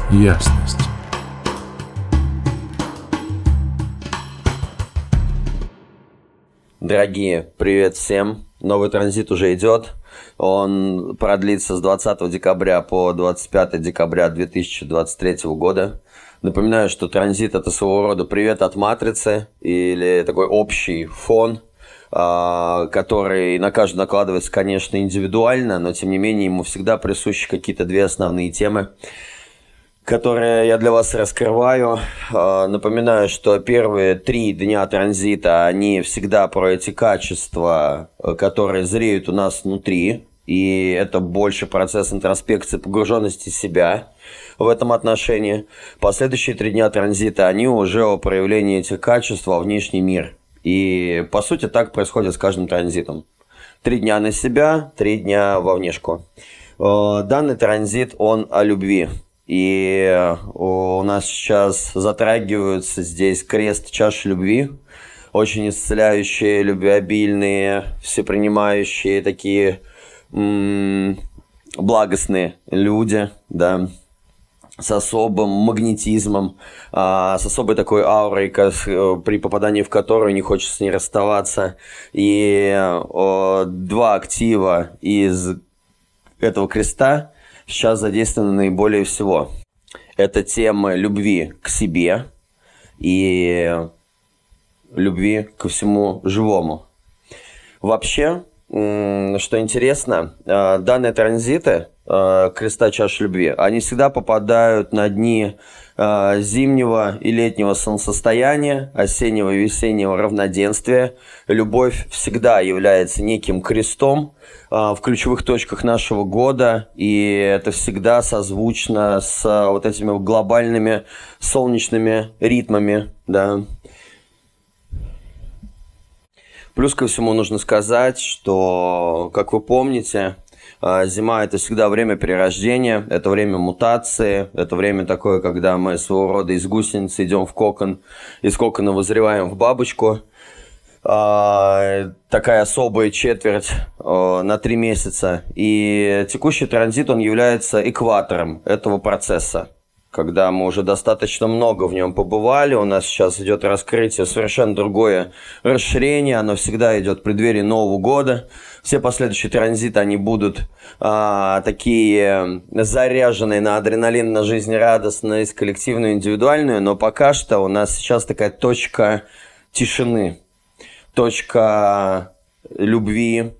ясность. Дорогие, привет всем. Новый транзит уже идет. Он продлится с 20 декабря по 25 декабря 2023 года. Напоминаю, что транзит – это своего рода привет от матрицы или такой общий фон, который на каждого накладывается, конечно, индивидуально, но тем не менее ему всегда присущи какие-то две основные темы, которые я для вас раскрываю. Напоминаю, что первые 3 дня транзита, они всегда про эти качества, которые зреют у нас внутри, и это больше процесс интроспекции, погруженности в себя в этом отношении. Последующие 3 дня транзита, они уже о проявлении этих качеств во внешний мир. И, по сути, так происходит с каждым транзитом. 3 дня на себя, 3 дня во внешку. Данный транзит, он о любви. И у нас сейчас затрагиваются здесь крест чаши любви. Очень исцеляющие, любвеобильные, всепринимающие, такие благостные люди, да, с особым магнетизмом, с особой такой аурой, при попадании в которую не хочется с ней расставаться. И 2 актива из этого креста сейчас задействованы наиболее всего. Это тема любви к себе и любви ко всему живому. Вообще, что интересно, данные транзиты креста чаши любви, они всегда попадают на дни зимнего и летнего солнцестояния, осеннего и весеннего равноденствия. Любовь всегда является неким крестом в ключевых точках нашего года, и это всегда созвучно с вот этими глобальными солнечными ритмами, да. Плюс ко всему нужно сказать, что, как вы помните, зима – это всегда время перерождения, это время мутации, это время такое, когда мы своего рода из гусеницы идем в кокон, из кокона вызреваем в бабочку. Такая особая четверть на 3 месяца. И текущий транзит, он является экватором этого процесса. Когда мы уже достаточно много в нем побывали, у нас сейчас идет раскрытие, совершенно другое расширение, оно всегда идет в преддверии Нового года. Все последующие транзиты, они будут такие заряженные на адреналин, на жизнерадостность, коллективную, индивидуальную, но пока что у нас сейчас такая точка тишины, точка любви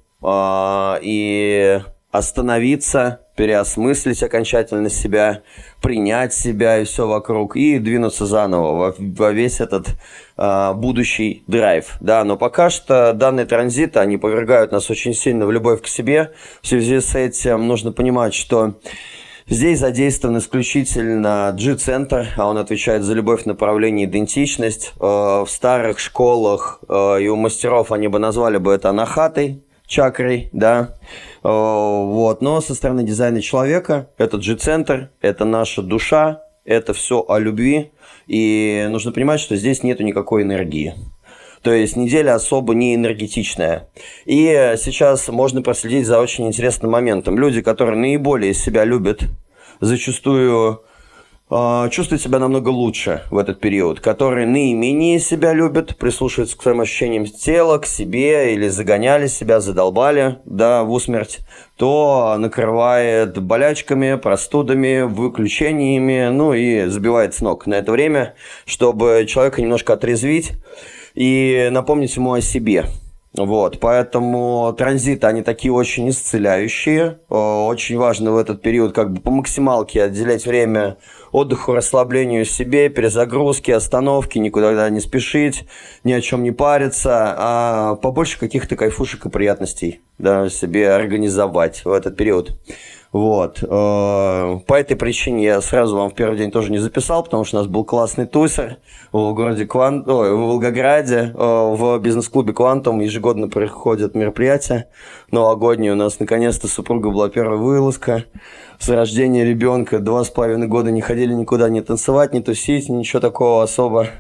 и остановиться, переосмыслить окончательно себя, принять себя и все вокруг, и двинуться заново во весь этот будущий драйв. Да, но пока что данные транзиты, они повергают нас очень сильно в любовь к себе. В связи с этим нужно понимать, что здесь задействован исключительно G-центр, а он отвечает за любовь, направление, идентичность. В старых школах и у мастеров они бы назвали бы это анахатой, чакрой, да, вот, но со стороны дизайна человека это G-центр, это наша душа, это все о любви, и нужно понимать, что здесь нету никакой энергии. То есть неделя особо не энергетичная. И сейчас можно проследить за очень интересным моментом. Люди, которые наиболее себя любят, зачастую чувствуют себя намного лучше в этот период, которые наименее себя любят, прислушиваются к своим ощущениям тела, к себе, или загоняли себя, задолбали, да, в усмерть, то накрывает болячками, простудами, выключениями, ну и сбивает с ног на это время, чтобы человека немножко отрезвить и напомнить ему о себе. Вот, поэтому транзиты, они такие очень исцеляющие. Очень важно в этот период как бы по максималке отделять время отдыху, расслаблению себе, перезагрузки, остановки, никуда не спешить, ни о чем не париться, а побольше каких-то кайфушек и приятностей, да, себе организовать в этот период. Вот. По этой причине я сразу вам в первый день тоже не записал, потому что у нас был классный тусер в городе в Волгограде, в бизнес-клубе «Квантум». Ежегодно проходят мероприятия новогодние. У нас наконец-то супруга была первая вылазка. С рождения ребенка 2,5 года не ходили никуда, не танцевать, не тусить, ничего такого особо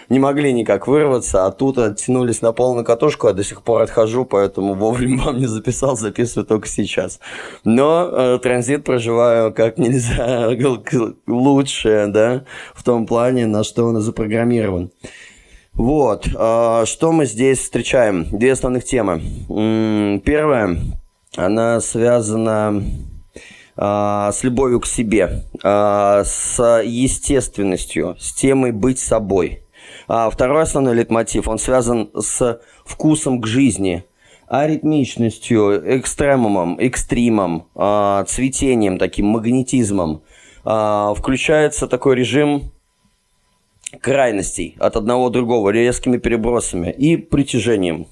не могли никак вырваться, а тут оттянулись на полную катушку, я до сих пор отхожу, поэтому вовремя вам не записал, записываю только сейчас. Но транзит проживаю как нельзя лучше, да, в том плане, на что он и запрограммирован. Вот, что мы здесь встречаем? Две основных темы. Первая, она связана с любовью к себе, с естественностью, с темой быть собой. Второй основной лейтмотив, он связан с вкусом к жизни, аритмичностью, экстримом, цветением, таким магнетизмом. Включается такой режим крайностей от одного к другого, резкими перебросами и притяжением.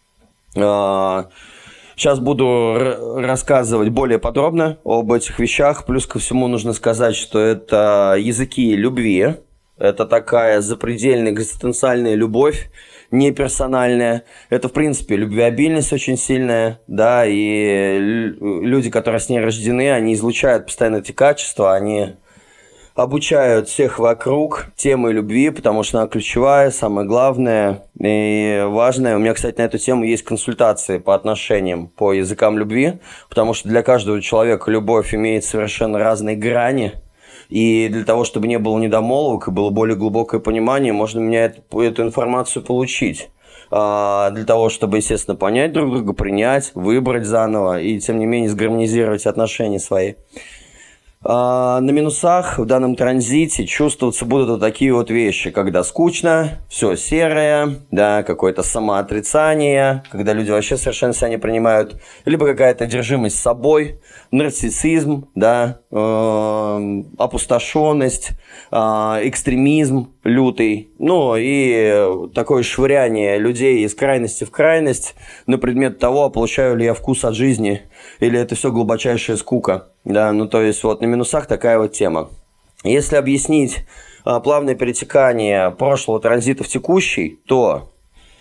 Сейчас буду рассказывать более подробно об этих вещах. Плюс ко всему нужно сказать, что это языки любви. Это такая запредельная экзистенциальная любовь, не персональная. Это, в принципе, любвеобильность очень сильная, да, и люди, которые с ней рождены, они излучают постоянно эти качества, они обучают всех вокруг темы любви, потому что она ключевая, самое главное и важное. У меня, кстати, на эту тему есть консультации по отношениям, по языкам любви, потому что для каждого человека любовь имеет совершенно разные грани. И для того, чтобы не было недомолвок и было более глубокое понимание, можно у меня эту информацию получить. Для того, чтобы, естественно, понять друг друга, принять, выбрать заново и, тем не менее, сгармонизировать отношения свои. На минусах в данном транзите чувствоваться будут вот такие вот вещи, когда скучно, все серое, да, какое-то самоотрицание, когда люди вообще совершенно себя не принимают, либо какая-то одержимость собой, нарциссизм, да, опустошенность, экстремизм лютый, ну и такое швыряние людей из крайности в крайность на предмет того, получаю ли я вкус от жизни, или это все глубочайшая скука. Да, ну то есть вот на минусах такая вот тема. Если объяснить плавное перетекание прошлого транзита в текущий, то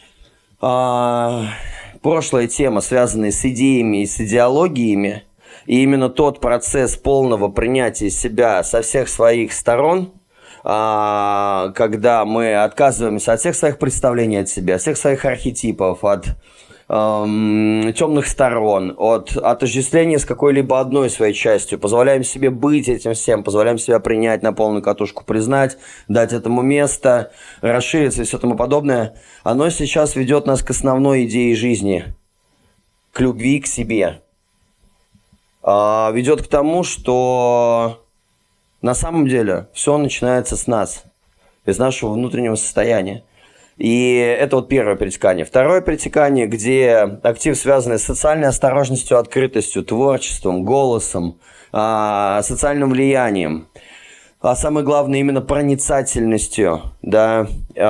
прошлая тема, связанная с идеями и с идеологиями, и именно тот процесс полного принятия себя со всех своих сторон, когда мы отказываемся от всех своих представлений от себя, от всех своих архетипов, от темных сторон, от отождествления с какой-либо одной своей частью, позволяем себе быть этим всем, позволяем себя принять на полную катушку, признать, дать этому место, расшириться и все тому подобное, оно сейчас ведет нас к основной идее жизни, к любви к себе. Ведет к тому, что на самом деле все начинается с нас, из нашего внутреннего состояния. И это вот первое перетекание. Второе перетекание, где актив, связанный с социальной осторожностью, открытостью, творчеством, голосом, социальным влиянием, а самое главное именно проницательностью, да,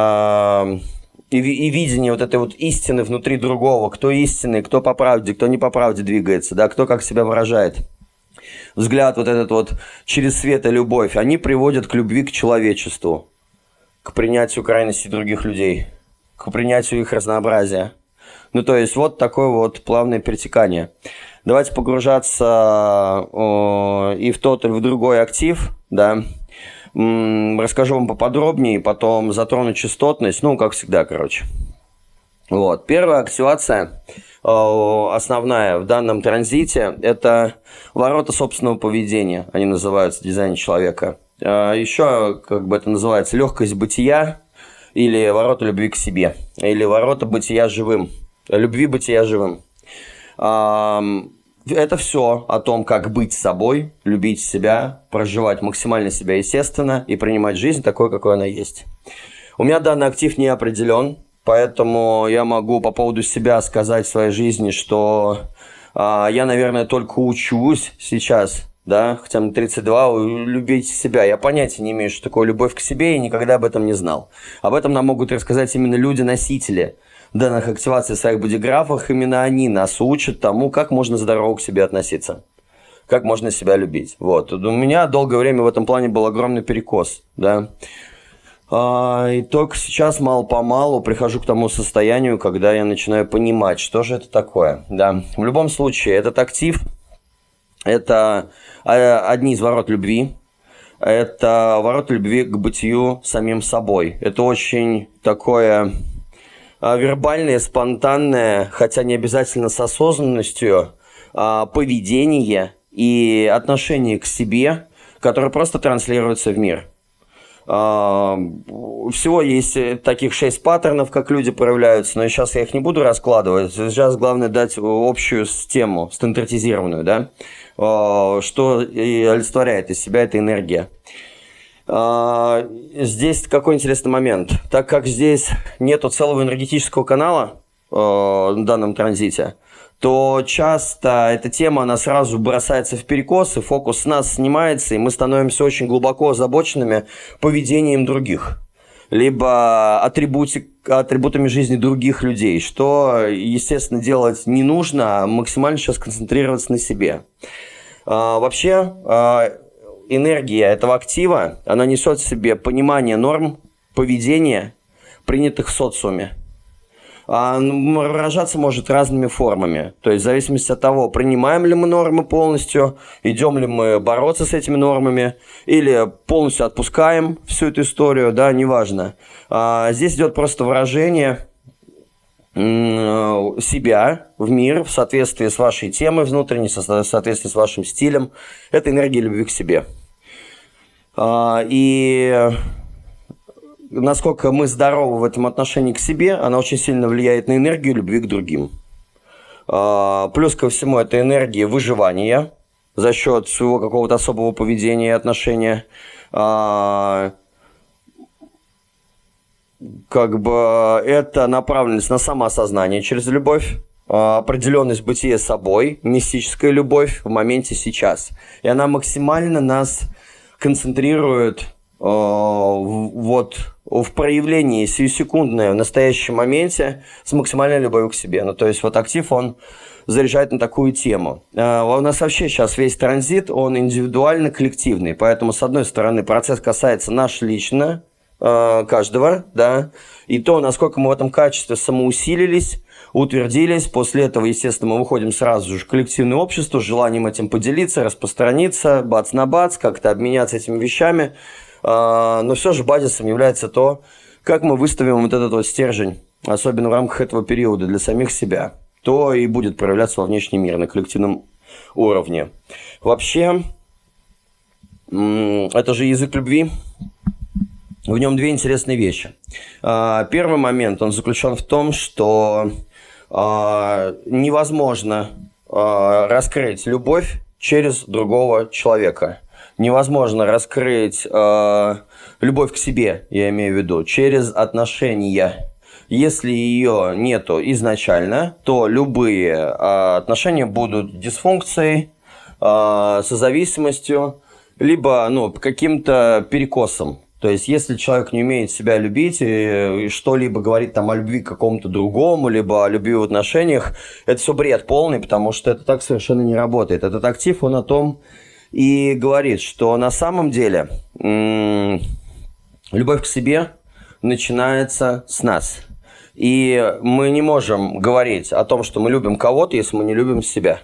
и видение вот этой вот истины внутри другого, кто истинный, кто по правде, кто не по правде двигается, да, кто как себя выражает. Взгляд вот этот вот через свет и любовь, они приводят к любви к человечеству, к принятию крайностей других людей, к принятию их разнообразия. Ну, то есть, вот такое вот плавное перетекание. Давайте погружаться и в тот, и в другой актив, да. Расскажу вам поподробнее, потом затрону частотность, ну, как всегда, короче. Вот. Первая активация, основная в данном транзите, это ворота собственного поведения, они называются в дизайне человека. Еще, как бы это называется, легкость бытия, или ворота любви к себе, или ворота бытия живым, любви бытия живым. Это все о том, как быть собой, любить себя, проживать максимально себя естественно и принимать жизнь такой, какой она есть. У меня данный актив не определен, поэтому я могу по поводу себя сказать в своей жизни, что я, наверное, только учусь сейчас, да, хотя мне 32, любить себя. Я понятия не имею, что такое любовь к себе, и никогда об этом не знал. Об этом нам могут рассказать именно люди-носители данных активаций в своих бодиграфах. Именно они нас учат тому, как можно здорово к себе относиться, как можно себя любить. Вот. У меня долгое время в этом плане был огромный перекос, да. И только сейчас мало-помалу прихожу к тому состоянию, когда я начинаю понимать, что же это такое, да. В любом случае, этот актив – это одни из ворот любви, это ворота любви к бытию самим собой. Это очень такое вербальное, спонтанное, хотя не обязательно с осознанностью, поведение и отношение к себе, которое просто транслируется в мир. Всего есть таких 6 паттернов, как люди проявляются, но сейчас я их не буду раскладывать. Сейчас главное дать общую тему, стандартизированную, да? Что и олицетворяет из себя эта энергия. Здесь какой интересный момент. Так как здесь нету целого энергетического канала в данном транзите, то часто эта тема, она сразу бросается в перекос, и фокус с нас снимается, и мы становимся очень глубоко озабоченными поведением других, либо атрибутами жизни других людей, что, естественно, делать не нужно, а максимально сейчас концентрироваться на себе. Вообще, энергия этого актива, она несет в себе понимание норм поведения, принятых в социуме. Выражаться может разными формами. То есть в зависимости от того, принимаем ли мы нормы полностью, идем ли мы бороться с этими нормами, или полностью отпускаем всю эту историю, да, неважно. Здесь идет просто выражение себя в мир в соответствии с вашей темой внутренней, в соответствии с вашим стилем. Это энергия любви к себе. И насколько мы здоровы в этом отношении к себе, она очень сильно влияет на энергию любви к другим. Плюс ко всему, это энергия выживания за счет своего какого-то особого поведения и отношения. Как бы это направленность на самоосознание через любовь, определенность бытия собой, мистическая любовь в моменте сейчас. И она максимально нас концентрирует вот в проявлении сиюсекундное в настоящем моменте с максимальной любовью к себе. Ну, то есть вот актив, он заряжает на такую тему. У нас вообще сейчас весь транзит, он индивидуально-коллективный. Поэтому, с одной стороны, процесс касается нас лично, каждого, да, и то, насколько мы в этом качестве самоусилились, утвердились. После этого, естественно, мы выходим сразу же в коллективное общество с желанием этим поделиться, распространиться, бац на бац, как-то обменяться этими вещами. Но все же базисом является то, как мы выставим вот этот вот стержень, особенно в рамках этого периода для самих себя, то и будет проявляться во внешний мир на коллективном уровне. Вообще, это же язык любви. В нем две интересные вещи. Первый момент, он заключен в том, что невозможно раскрыть любовь через другого человека. Невозможно раскрыть любовь к себе, я имею в виду, через отношения. Если ее нету изначально, то любые отношения будут дисфункцией, созависимостью, либо каким-то перекосом. То есть, если человек не умеет себя любить и что-либо говорит там о любви к какому-то другому, либо о любви в отношениях, это все бред полный, потому что это так совершенно не работает. Этот актив, он о том и говорит, что на самом деле любовь к себе начинается с нас. И мы не можем говорить о том, что мы любим кого-то, если мы не любим себя.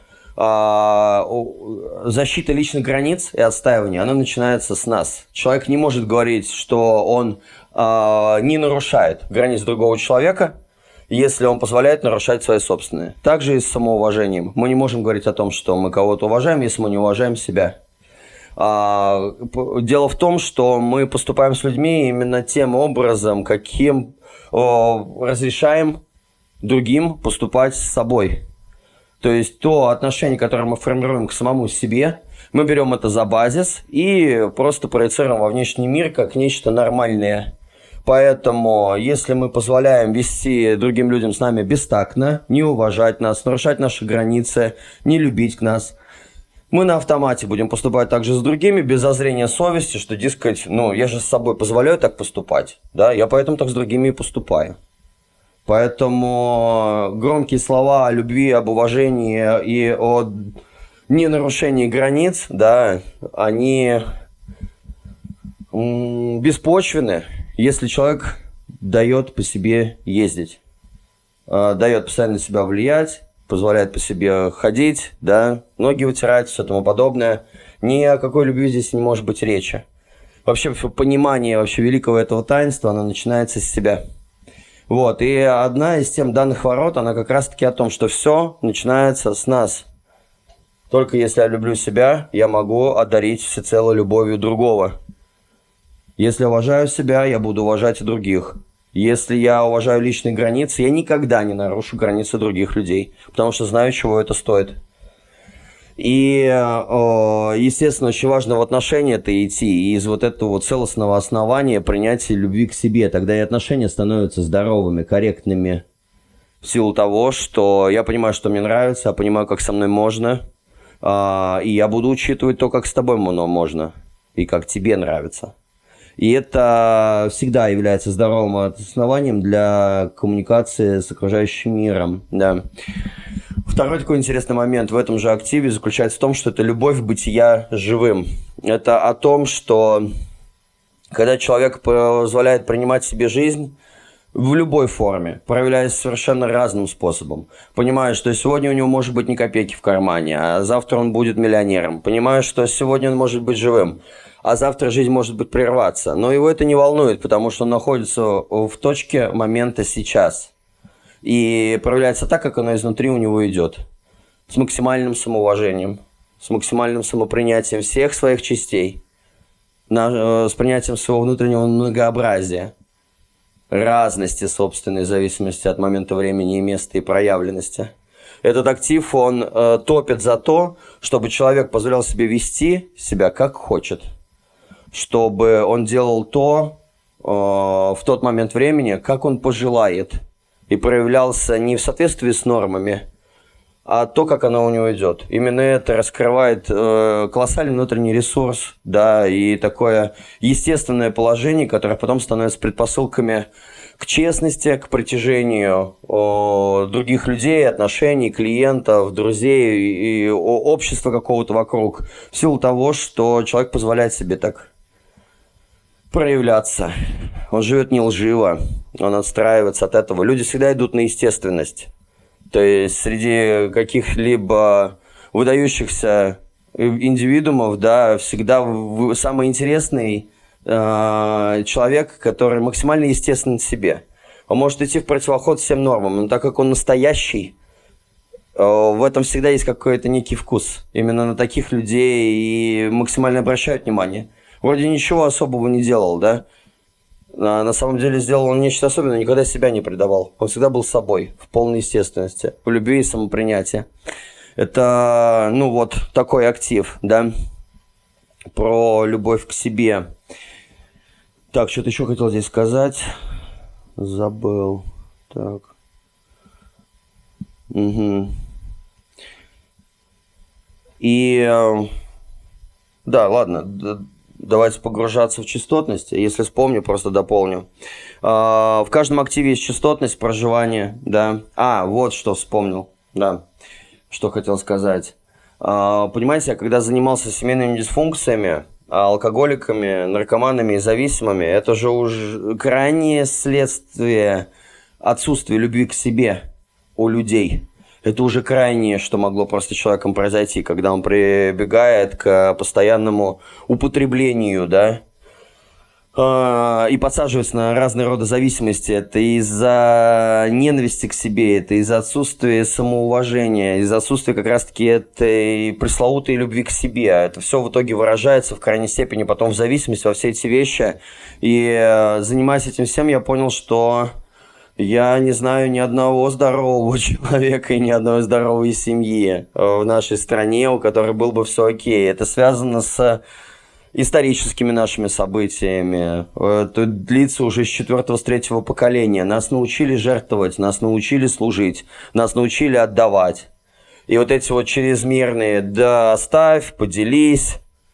Защита личных границ и отстаивание, она начинается с нас. Человек не может говорить, что он не нарушает границ другого человека, если он позволяет нарушать свои собственные. Также и с самоуважением. Мы не можем говорить о том, что мы кого-то уважаем, если мы не уважаем себя. Дело в том, что мы поступаем с людьми именно тем образом, каким разрешаем другим поступать с собой. То есть то отношение, которое мы формируем к самому себе, мы берем это за базис и просто проецируем во внешний мир как нечто нормальное. Поэтому, если мы позволяем вести другим людям с нами бестактно, не уважать нас, нарушать наши границы, не любить нас, мы на автомате будем поступать также с другими, без зазрения совести, что, дескать, я же с собой позволяю так поступать, да, я поэтому так с другими и поступаю. Поэтому громкие слова о любви, об уважении и о ненарушении границ, да, они беспочвенны, если человек дает по себе ездить, дает постоянно на себя влиять, позволяет по себе ходить, да, ноги вытирать, все тому подобное. Ни о какой любви здесь не может быть речи. Вообще понимание вообще великого этого таинства, оно начинается с себя. Вот, и одна из тем данных ворот, она как раз-таки о том, что все начинается с нас. Только если я люблю себя, я могу одарить всецело любовью другого. Если я уважаю себя, я буду уважать и других. Если я уважаю личные границы, я никогда не нарушу границы других людей, потому что знаю, чего это стоит. И, естественно, очень важно в отношения-то идти из вот этого вот целостного основания принятия любви к себе. Тогда и отношения становятся здоровыми, корректными. В силу того, что я понимаю, что мне нравится, я понимаю, как со мной можно, и я буду учитывать то, как с тобой можно, и как тебе нравится. И это всегда является здоровым основанием для коммуникации с окружающим миром. Да. Второй такой интересный момент в этом же активе заключается в том, что это любовь бытия живым. Это о том, что когда человек позволяет принимать себе жизнь в любой форме, проявляясь совершенно разным способом, понимая, что сегодня у него может быть ни копейки в кармане, а завтра он будет миллионером, понимая, что сегодня он может быть живым, а завтра жизнь может быть прерваться. Но его это не волнует, потому что он находится в точке момента сейчас. И проявляется так, как оно изнутри у него идет. С максимальным самоуважением, с максимальным самопринятием всех своих частей, с принятием своего внутреннего многообразия, разности собственной, в зависимости от момента времени и места и проявленности. Этот актив, он топит за то, чтобы человек позволял себе вести себя как хочет. Чтобы он делал то в тот момент времени, как он пожелает. И проявлялся не в соответствии с нормами, а то, как оно у него идет. Именно это раскрывает колоссальный внутренний ресурс, да, и такое естественное положение, которое потом становится предпосылками к честности, к притяжению других людей, отношений, клиентов, друзей и общества какого-то вокруг, в силу того, что человек позволяет себе так проявляться. Он живет не лживо, он отстраивается от этого. Люди всегда идут на естественность. То есть среди каких-либо выдающихся индивидуумов, да, всегда самый интересный человек, который максимально естествен себе. Он может идти в противоход всем нормам, но так как он настоящий, в этом всегда есть какой-то некий вкус. Именно на таких людей и максимально обращают внимание. Вроде ничего особого не делал, да? А на самом деле сделал он нечто особенное, никогда себя не предавал. Он всегда был собой, в полной естественности, в любви и самопринятии. Это, ну вот, такой актив, да? Про любовь к себе. Так, что-то еще хотел здесь сказать. Забыл. Так. Угу. И... Да, ладно. Давайте погружаться в частотность. Если вспомню, просто дополню. В каждом активе есть частотность проживания, да. Вот что вспомнил, да. Что хотел сказать. Понимаете, я когда занимался семейными дисфункциями, алкоголиками, наркоманами и зависимыми, это же уже крайнее следствие отсутствия любви к себе у людей. Это уже крайнее, что могло просто человеком произойти, когда он прибегает к постоянному употреблению, да, и подсаживается на разные роды зависимости. Это из-за ненависти к себе, это из-за отсутствия самоуважения, из-за отсутствия как раз-таки этой пресловутой любви к себе. Это все в итоге выражается в крайней степени потом в зависимости во все эти вещи. И занимаясь этим всем, я понял, что я не знаю ни одного здорового человека и ни одной здоровой семьи в нашей стране, у которой был бы все окей. Это связано с историческими нашими событиями. Это длится уже с 4-го, с 3-го поколения. Нас научили жертвовать, нас научили служить, нас научили отдавать. И вот эти вот чрезмерные «да оставь», «поделись»,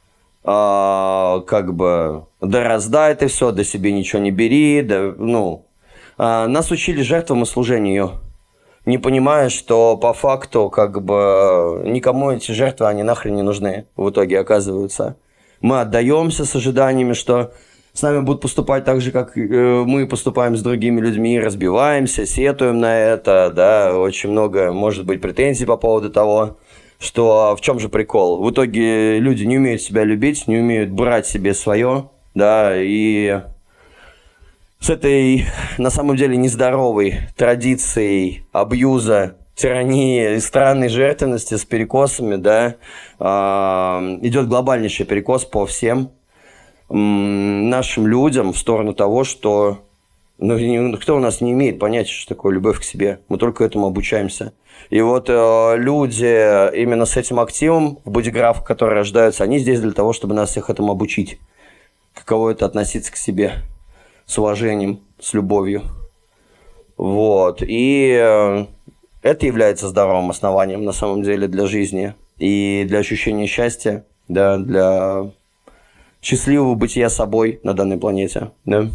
как бы «да раздай ты все», «да себе ничего не бери», да, ну... Нас учили жертвам и служению, не понимая, что по факту как бы никому эти жертвы, они нахрен не нужны в итоге оказываются. Мы отдаемся с ожиданиями, что с нами будут поступать так же, как мы поступаем с другими людьми, разбиваемся, сетуем на это, да, очень много может быть претензий по поводу того, что в чем же прикол? В итоге люди не умеют себя любить, не умеют брать себе свое, да, и с этой, на самом деле, нездоровой традицией абьюза, тирании и странной жертвенности с перекосами, да, идет глобальнейший перекос по всем нашим людям в сторону того, что кто у нас не имеет понятия, что такое любовь к себе. Мы только этому обучаемся. И вот люди именно с этим активом в бодиграфах, которые рождаются, они здесь для того, чтобы нас всех этому обучить. Каково это относиться к себе с уважением, с любовью. Вот. И это является здоровым основанием на самом деле для жизни и для ощущения счастья, да, для счастливого бытия собой на данной планете. Да.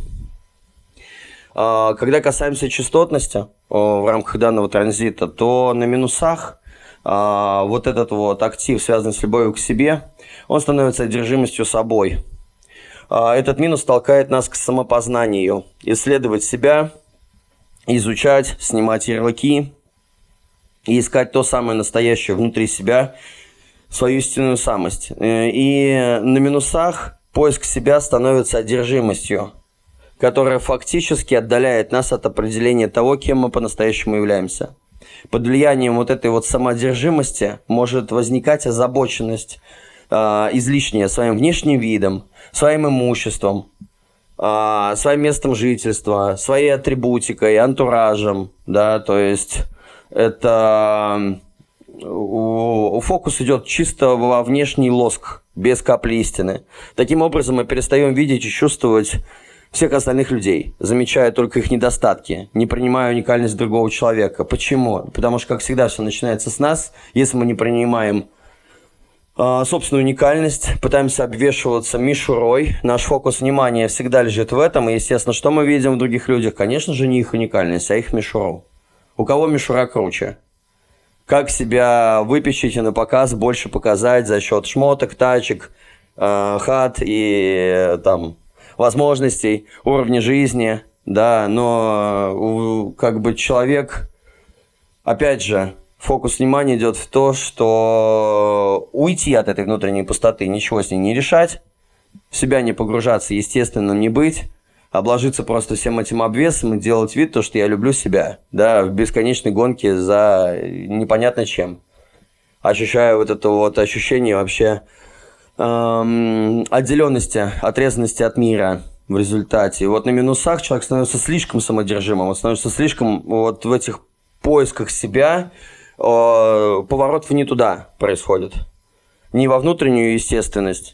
Когда касаемся частотности в рамках данного транзита, то на минусах вот этот вот актив, связанный с любовью к себе, он становится одержимостью собой. Этот минус толкает нас к самопознанию, исследовать себя, изучать, снимать ярлыки и искать то самое настоящее внутри себя, свою истинную самость. И на минусах поиск себя становится одержимостью, которая фактически отдаляет нас от определения того, кем мы по-настоящему являемся. Под влиянием вот этой вот самоодержимости может возникать озабоченность излишняя своим внешним видом, своим имуществом, своим местом жительства, своей атрибутикой, антуражем, да, то есть это фокус идет чисто во внешний лоск, без капли истины. Таким образом мы перестаем видеть и чувствовать всех остальных людей, замечая только их недостатки, не принимая уникальность другого человека. Почему? Потому что, как всегда, все начинается с нас. Если мы не принимаем собственную уникальность, пытаемся обвешиваться мишурой, наш фокус внимания всегда лежит в этом. И, естественно, что мы видим в других людях? Конечно же, не их уникальность, а их мишуру. У кого мишура круче? Как себя выпечить и на показ больше показать за счет шмоток, тачек, хат и там возможностей, уровня жизни, да, но как бы человек, опять же, фокус внимания идет в то, что уйти от этой внутренней пустоты, ничего с ней не решать, в себя не погружаться, естественным не быть, обложиться просто всем этим обвесом и делать вид, то, что я люблю себя, да, в бесконечной гонке за непонятно чем. Ощущаю вот это вот ощущение вообще отделенности, отрезанности от мира в результате. И вот на минусах человек становится слишком самодержимым, он становится слишком вот в этих поисках себя, поворот в не туда происходит. Не во внутреннюю естественность.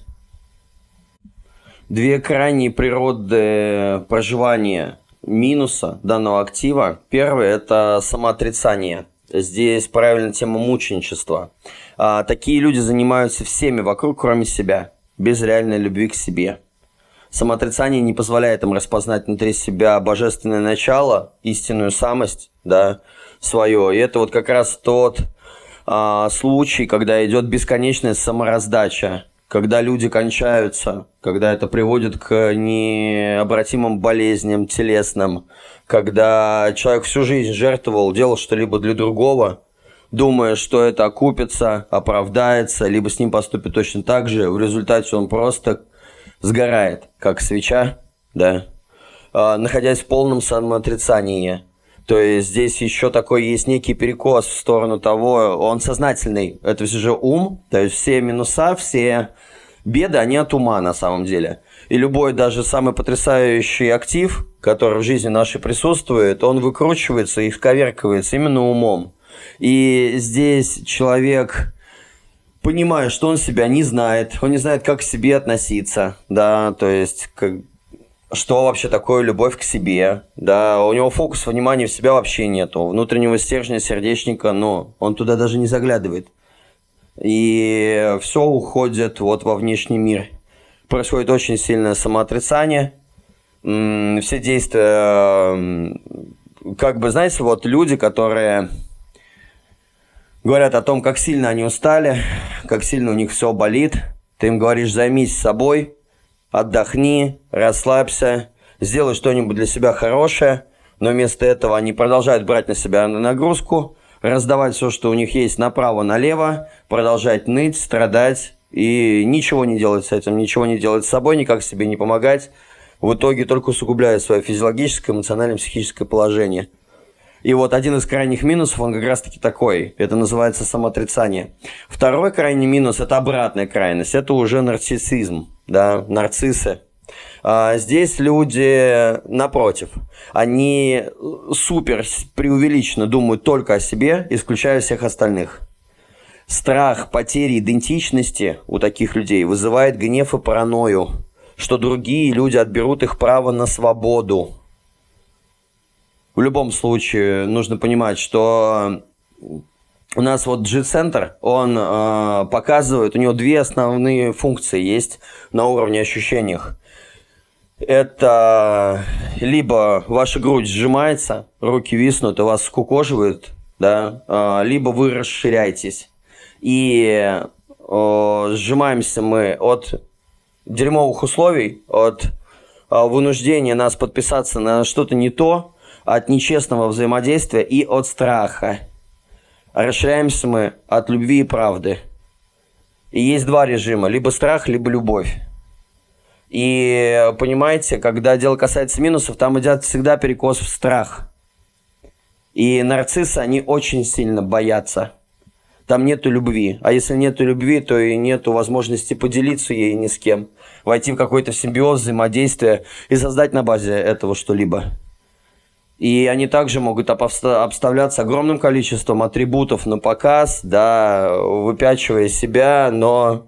Две крайние природы проживания минуса данного актива. Первое – это самоотрицание. Здесь правильно тема мученичества. Такие люди занимаются всеми вокруг, кроме себя, без реальной любви к себе. Самоотрицание не позволяет им распознать внутри себя божественное начало, истинную самость, да, свое. И это вот как раз тот случай, когда идет бесконечная самораздача, когда люди кончаются, когда это приводит к необратимым болезням телесным, когда человек всю жизнь жертвовал, делал что-либо для другого, думая, что это окупится, оправдается, либо с ним поступит точно так же, в результате он просто сгорает, как свеча, да, находясь в полном самоотрицании. То есть здесь еще такой есть некий перекос в сторону того, он сознательный, это все же ум, то есть все минуса, все беды, они от ума на самом деле. И любой даже самый потрясающий актив, который в жизни нашей присутствует, он выкручивается и исковеркивается именно умом. И здесь человек, понимая, что он себя не знает, он не знает, как к себе относиться, да, то есть что вообще такое любовь к себе, да, у него фокуса внимания в себя вообще нету, внутреннего стержня, сердечника, но он туда даже не заглядывает. И все уходит вот во внешний мир. Происходит очень сильное самоотрицание, все действия, как бы, знаете, вот люди, которые говорят о том, как сильно они устали, как сильно у них все болит, ты им говоришь, займись собой, отдохни, расслабься, сделай что-нибудь для себя хорошее, но вместо этого они продолжают брать на себя нагрузку, раздавать все, что у них есть, направо-налево, продолжать ныть, страдать и ничего не делать с этим, ничего не делать с собой, никак себе не помогать, в итоге только усугубляя свое физиологическое, эмоциональное, психическое положение. И вот один из крайних минусов, он как раз-таки такой. Это называется самоотрицание. Второй крайний минус – это обратная крайность. Это уже нарциссизм, да, нарциссы. Здесь люди, напротив, они супер преувеличенно думают только о себе, исключая всех остальных. Страх потери идентичности у таких людей вызывает гнев и паранойю, что другие люди отберут их право на свободу. В любом случае нужно понимать, что у нас вот G-центр, он показывает, у него две основные функции есть на уровне ощущениях. Это либо ваша грудь сжимается, руки виснут и вас скукоживает, да, либо вы расширяетесь. И сжимаемся мы от дерьмовых условий, от вынуждения нас подписаться на что-то не то, от нечестного взаимодействия и от страха. Расширяемся мы от любви и правды. И есть два режима, либо страх, либо любовь. И понимаете, когда дело касается минусов, там идет всегда перекос в страх. И нарциссы, они очень сильно боятся. Там нету любви. А если нету любви, то и нету возможности поделиться ей ни с кем. Войти в какой-то симбиоз, взаимодействие и создать на базе этого что-либо. И они также могут обставляться огромным количеством атрибутов на показ, да, выпячивая себя, но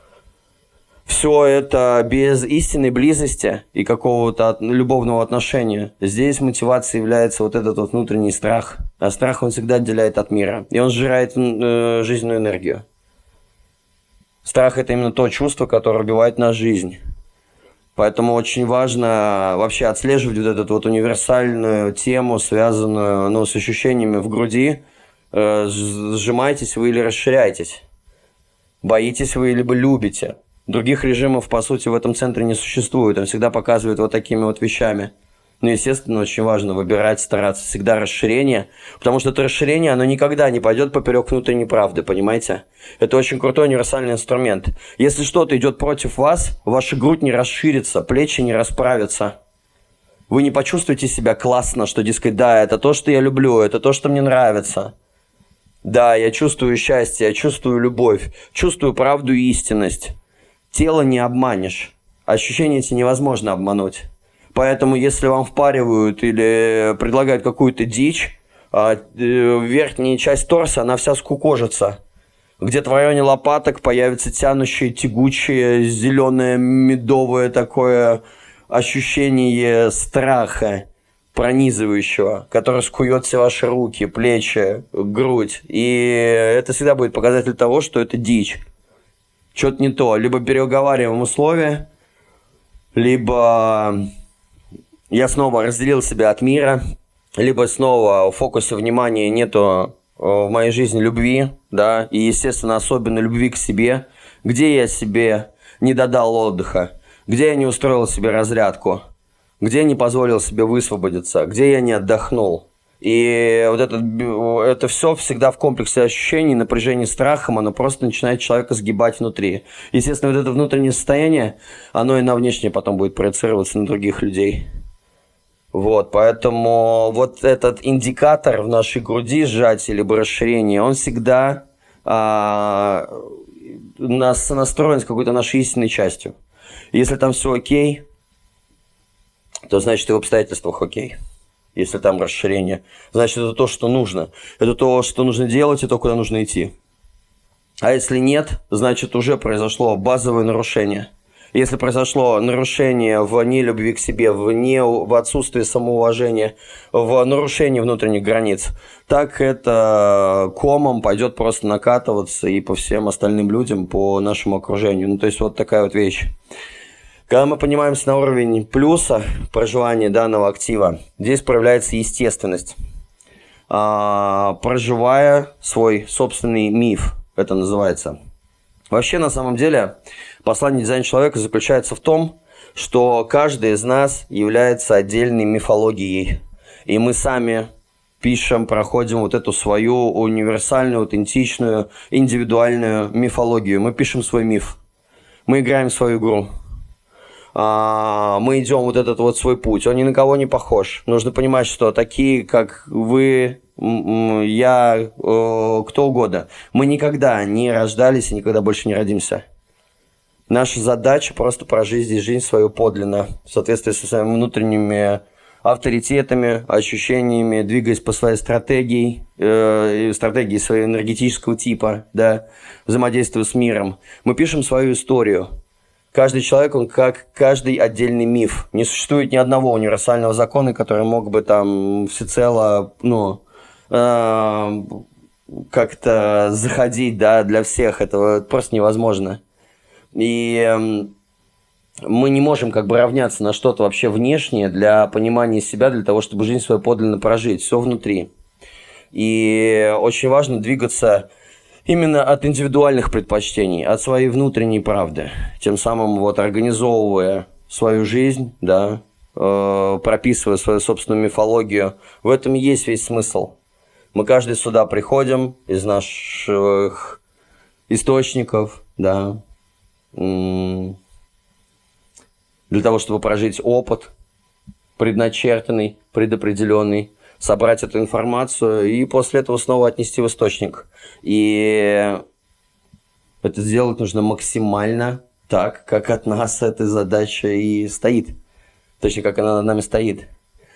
все это без истинной близости и какого-то любовного отношения. Здесь мотивацией является вот этот вот внутренний страх. А страх он всегда отделяет от мира. И он сжирает жизненную энергию. Страх – это именно то чувство, которое убивает нашу жизнь. Поэтому очень важно вообще отслеживать вот эту вот универсальную тему, связанную с ощущениями в груди. Сжимаетесь вы или расширяетесь. Боитесь вы либо любите. Других режимов, по сути, в этом центре не существует. Он всегда показывает вот такими вот вещами. Ну, естественно, очень важно выбирать, стараться всегда расширение, потому что это расширение, оно никогда не пойдет поперек внутренней правды, понимаете? Это очень крутой универсальный инструмент. Если что-то идет против вас, ваша грудь не расширится, плечи не расправятся. Вы не почувствуете себя классно, что, дескать, да, это то, что я люблю, это то, что мне нравится. Да, я чувствую счастье, я чувствую любовь, чувствую правду и истинность. Тело не обманешь, ощущения эти невозможно обмануть. Поэтому, если вам впаривают или предлагают какую-то дичь, верхняя часть торса, она вся скукожится. Где-то в районе лопаток появится тянущее, тягучее, зеленое, медовое такое ощущение страха, пронизывающего, которое скует все ваши руки, плечи, грудь. И это всегда будет показатель того, что это дичь. Что-то не то. Либо переговариваем условия, либо я снова разделил себя от мира, либо снова в фокусе внимания нету в моей жизни любви, да, и, естественно, особенно любви к себе, где я себе не додал отдыха, где я не устроил себе разрядку, где я не позволил себе высвободиться, где я не отдохнул. И вот это все всегда в комплексе ощущений, напряжения страхом, оно просто начинает человека сгибать внутри. Естественно, вот это внутреннее состояние, оно и на внешнее потом будет проецироваться на других людей. Вот, поэтому вот этот индикатор в нашей груди, сжатие либо расширение, он всегда настроен с какой-то нашей истинной частью. Если там все окей, то значит и в обстоятельствах окей. Если там расширение, значит это то, что нужно. Это то, что нужно делать, и то, куда нужно идти. А если нет, значит уже произошло базовое нарушение. Если произошло нарушение в нелюбви к себе, в отсутствии самоуважения, в нарушении внутренних границ, так это комом пойдет просто накатываться и по всем остальным людям, по нашему окружению. Ну, то есть вот такая вот вещь. Когда мы поднимаемся на уровень плюса проживания данного актива, здесь проявляется естественность. Проживая свой собственный миф, это называется. Вообще, на самом деле, послание дизайна человека заключается в том, что каждый из нас является отдельной мифологией. И мы сами пишем, проходим вот эту свою универсальную, аутентичную, индивидуальную мифологию. Мы пишем свой миф. Мы играем свою игру. Мы идем вот этот вот свой путь. Он ни на кого не похож. Нужно понимать, что такие, как вы, я, кто угодно, мы никогда не рождались и никогда больше не родимся. Наша задача просто прожить здесь жизнь свою подлинно, в соответствии со своими внутренними авторитетами, ощущениями, двигаясь по своей стратегии, стратегии своего энергетического типа, да, взаимодействуя с миром. Мы пишем свою историю. Каждый человек, он как каждый отдельный миф. Не существует ни одного универсального закона, который мог бы там всецело, как-то заходить, да, для всех. Это просто невозможно. И мы не можем как бы равняться на что-то вообще внешнее для понимания себя, для того, чтобы жизнь свою подлинно прожить. Все внутри. И очень важно двигаться именно от индивидуальных предпочтений, от своей внутренней правды. Тем самым вот организовывая свою жизнь, да, прописывая свою собственную мифологию. В этом и есть весь смысл. Мы каждый сюда приходим из наших источников, да, для того, чтобы прожить опыт предначертанный, предопределенный, собрать эту информацию и после этого снова отнести в источник. И это сделать нужно максимально так, как от нас эта задача и стоит. Точнее, как она над нами стоит.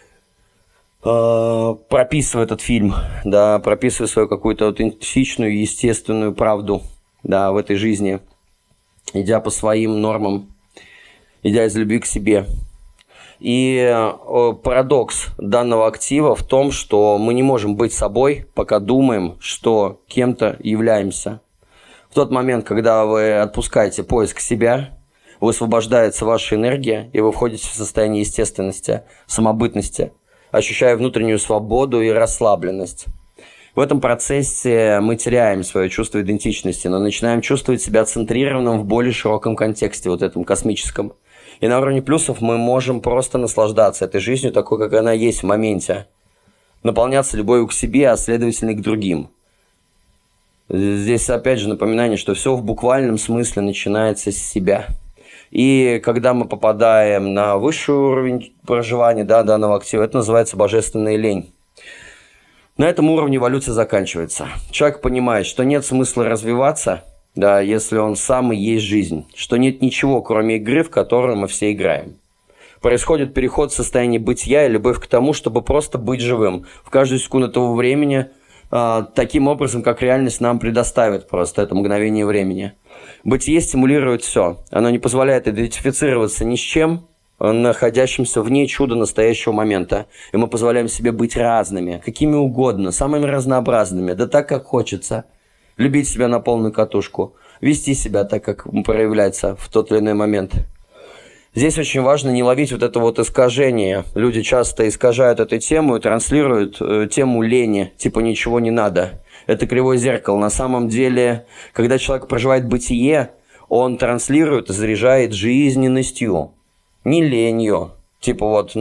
Прописывая этот фильм, да, прописывая свою какую-то аутентичную, естественную правду, да, в этой жизни, идя по своим нормам, идя из любви к себе. И парадокс данного актива в том, что мы не можем быть собой, пока думаем, что кем-то являемся. В тот момент, когда вы отпускаете поиск себя, высвобождается ваша энергия, и вы входите в состояние естественности, самобытности, ощущая внутреннюю свободу и расслабленность. В этом процессе мы теряем свое чувство идентичности, но начинаем чувствовать себя центрированным в более широком контексте, вот этом космическом. И на уровне плюсов мы можем просто наслаждаться этой жизнью такой, как она есть в моменте. Наполняться любовью к себе, а следовательно и к другим. Здесь опять же напоминание, что все в буквальном смысле начинается с себя. И когда мы попадаем на высший уровень проживания, да, данного актива, это называется божественная лень. На этом уровне эволюция заканчивается. Человек понимает, что нет смысла развиваться, да, если он сам и есть жизнь, что нет ничего, кроме игры, в которую мы все играем. Происходит переход в состояние бытия и любовь к тому, чтобы просто быть живым в каждую секунду этого времени, таким образом, как реальность нам предоставит просто это мгновение времени. Бытие стимулирует все. Оно не позволяет идентифицироваться ни с чем, находящимся вне чуда настоящего момента. И мы позволяем себе быть разными, какими угодно, самыми разнообразными, да так, как хочется. Любить себя на полную катушку, вести себя так, как проявляется в тот или иной момент. Здесь очень важно не ловить вот это вот искажение. Люди часто искажают эту тему и транслируют тему лени, типа ничего не надо. Это кривое зеркало. На самом деле, когда человек проживает бытие, он транслирует и заряжает жизненностью, не ленью. Типа вот,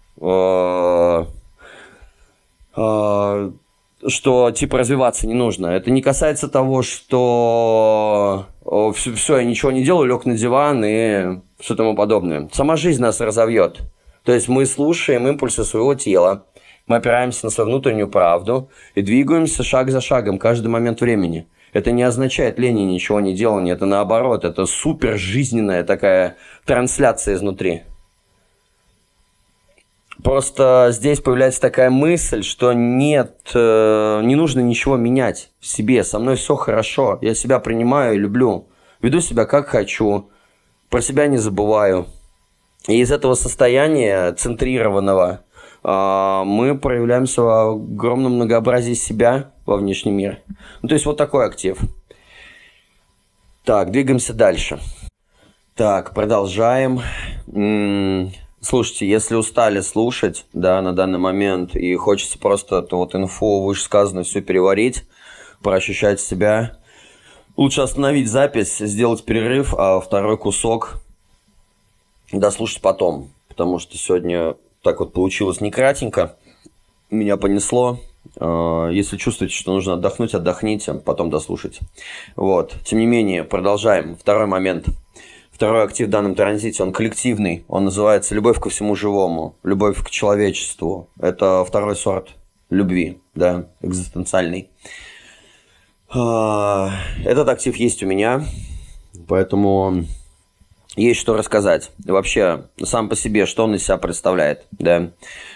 что типа развиваться не нужно. Это не касается того, что все, я ничего не делаю, лег на диван и все тому подобное. Сама жизнь нас разовьет. То есть мы слушаем импульсы своего тела, мы опираемся на свою внутреннюю правду и двигаемся шаг за шагом каждый момент времени. Это не означает лень и ничего не делание, это наоборот, это супер жизненная такая трансляция изнутри. Просто здесь появляется такая мысль, что нет, не нужно ничего менять в себе. Со мной все хорошо, я себя принимаю и люблю. Веду себя как хочу, про себя не забываю. И из этого состояния центрированного мы проявляемся в огромном многообразии себя во внешний мир. То есть вот такой актив. Так, двигаемся дальше. Так, продолжаем. Слушайте, если устали слушать, да, на данный момент, и хочется просто эту вот инфу вышесказанную всю переварить, проощущать себя, лучше остановить запись, сделать перерыв, а второй кусок дослушать потом. Потому что сегодня так вот получилось не кратенько, меня понесло. Если чувствуете, что нужно отдохнуть, отдохните, потом дослушайте. Вот. Тем не менее, продолжаем. Второй момент. Второй актив в данном транзите, он коллективный. Он называется «Любовь ко всему живому», «Любовь к человечеству». Это второй сорт любви, да, экзистенциальный. Этот актив есть у меня, поэтому есть что рассказать. И вообще, сам по себе, что он из себя представляет, да.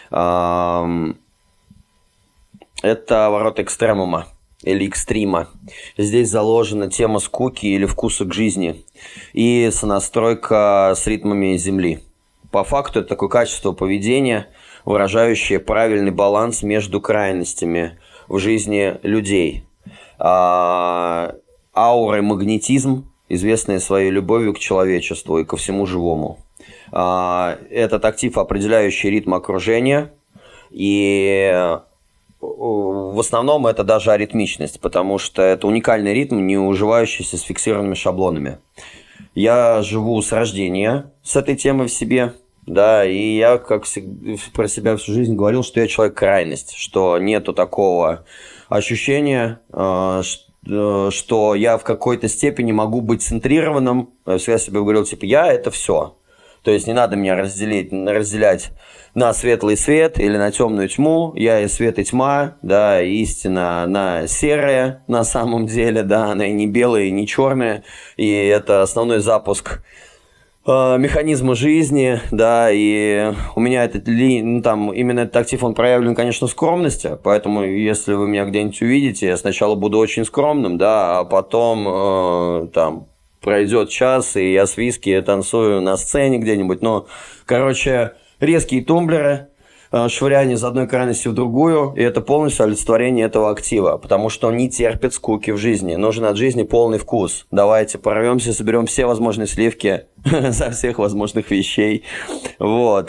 Это ворота экстремума или экстрима. Здесь заложена тема скуки или вкуса к жизни и сонастройка с ритмами Земли. По факту это такое качество поведения, выражающее правильный баланс между крайностями в жизни людей. Аура и магнетизм, известные своей любовью к человечеству и ко всему живому. Этот актив, определяющий ритм окружения, и в основном это даже аритмичность, потому что это уникальный ритм, не уживающийся с фиксированными шаблонами. Я живу с рождения с этой темой в себе, да, и я как про себя всю жизнь говорил, что я человек крайность, что нету такого ощущения, что я в какой-то степени могу быть центрированным. Я всегда себе говорил, типа, я это все. То есть не надо меня разделять на светлый свет или на темную тьму. Я и свет, и тьма, да, истина, она серая на самом деле, да, она и не белая, и не черная. И это основной запуск механизма жизни, да, и у меня именно этот актив, он проявлен, конечно, в скромности, поэтому если вы меня где-нибудь увидите, я сначала буду очень скромным, да, а потом пройдет час, и я с виски танцую на сцене где-нибудь, короче, резкие тумблеры, швыряние из одной крайности в другую, и это полностью олицетворение этого актива, потому что он не терпит скуки в жизни. Нужен от жизни полный вкус. Давайте порвемся, соберем все возможные сливки со всех возможных вещей. Вот.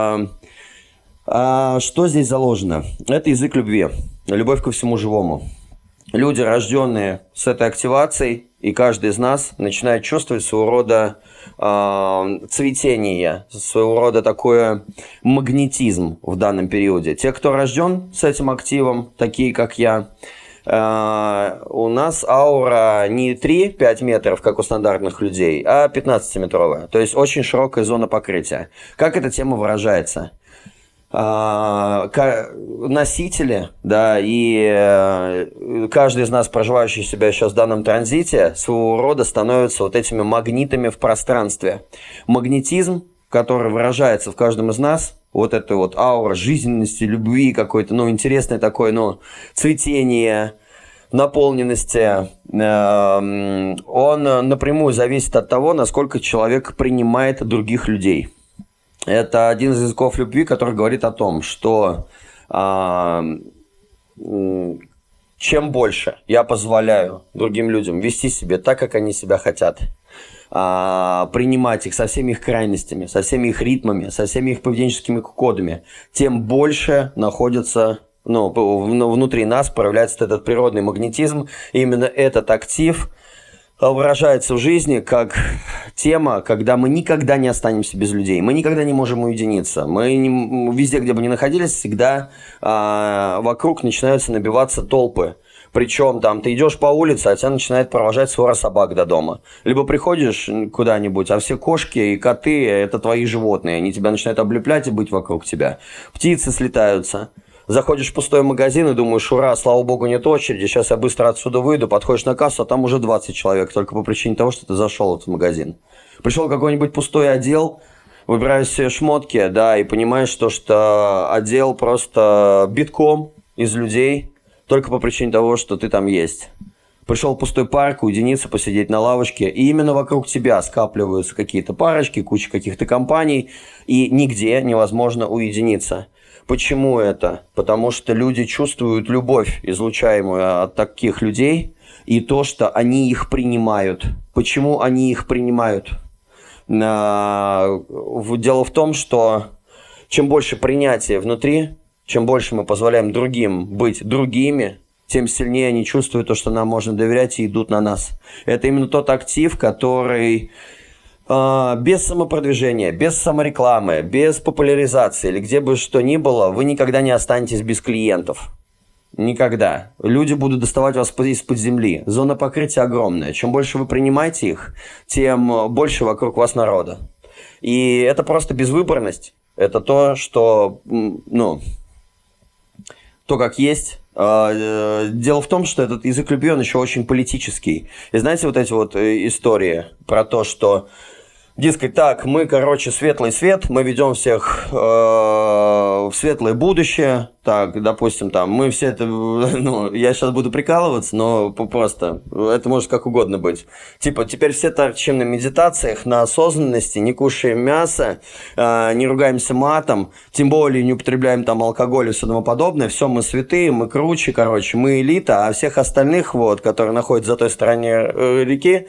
Что здесь заложено? Это язык любви, любовь ко всему живому. Люди, рожденные с этой активацией, и каждый из нас начинает чувствовать своего рода цветение, своего рода такой магнетизм в данном периоде. Те, кто рожден с этим активом, такие как я, у нас аура не 3-5 метров, как у стандартных людей, а 15-метровая. То есть очень широкая зона покрытия. Как эта тема выражается? Носители, да, и каждый из нас, проживающий себя сейчас в данном транзите, своего рода становятся вот этими магнитами в пространстве. Магнетизм, который выражается в каждом из нас, вот эта вот аура жизненности, любви какой-то, интересное такое, цветение, наполненности, он напрямую зависит от того, насколько человек принимает других людей. Это один из языков любви, который говорит о том, что чем больше я позволяю другим людям вести себя так, как они себя хотят, принимать их со всеми их крайностями, со всеми их ритмами, со всеми их поведенческими кодами, тем больше находится, внутри нас проявляется этот природный магнетизм. И именно этот актив выражается в жизни как тема, когда мы никогда не останемся без людей, мы никогда не можем уединиться. Везде, где бы ни находились, всегда вокруг начинаются набиваться толпы. Причем ты идешь по улице, а тебя начинает провожать свора собак до дома. Либо приходишь куда-нибудь, а все кошки и коты – это твои животные. Они тебя начинают облеплять и быть вокруг тебя. Птицы слетаются. Заходишь в пустой магазин и думаешь, ура, слава богу, нет очереди, сейчас я быстро отсюда выйду, подходишь на кассу, а там уже 20 человек, только по причине того, что ты зашел в этот магазин. Пришел какой-нибудь пустой отдел, выбираешь себе шмотки, да, и понимаешь, что отдел просто битком из людей, только по причине того, что ты там есть. Пришел в пустой парк, уединиться, посидеть на лавочке, и именно вокруг тебя скапливаются какие-то парочки, куча каких-то компаний, и нигде невозможно уединиться. Почему это? Потому что люди чувствуют любовь, излучаемую от таких людей, и то, что они их принимают. Почему они их принимают? Дело в том, что чем больше принятия внутри, чем больше мы позволяем другим быть другими, тем сильнее они чувствуют то, что нам можно доверять, и идут на нас. Это именно тот актив, который без самопродвижения, без саморекламы, без популяризации или где бы что ни было, вы никогда не останетесь без клиентов. Никогда. Люди будут доставать вас из-под земли. Зона покрытия огромная. Чем больше вы принимаете их, тем больше вокруг вас народа. И это просто безвыборность. Это то, что, ну, то, как есть. Дело в том, что этот язык любви, он еще очень политический. И знаете, вот эти вот истории про то, что, дескать, так, мы, короче, светлый свет, мы ведем всех в светлое будущее. Так, допустим, там, мы все это, ну, я сейчас буду прикалываться, но просто, это может как угодно быть. Типа, теперь все торчим на медитациях, на осознанности, не кушаем мясо, не ругаемся матом, тем более не употребляем там алкоголь и все тому подобное. Все, мы святые, мы круче, короче, мы элита, а всех остальных, вот, которые находятся за той стороне реки,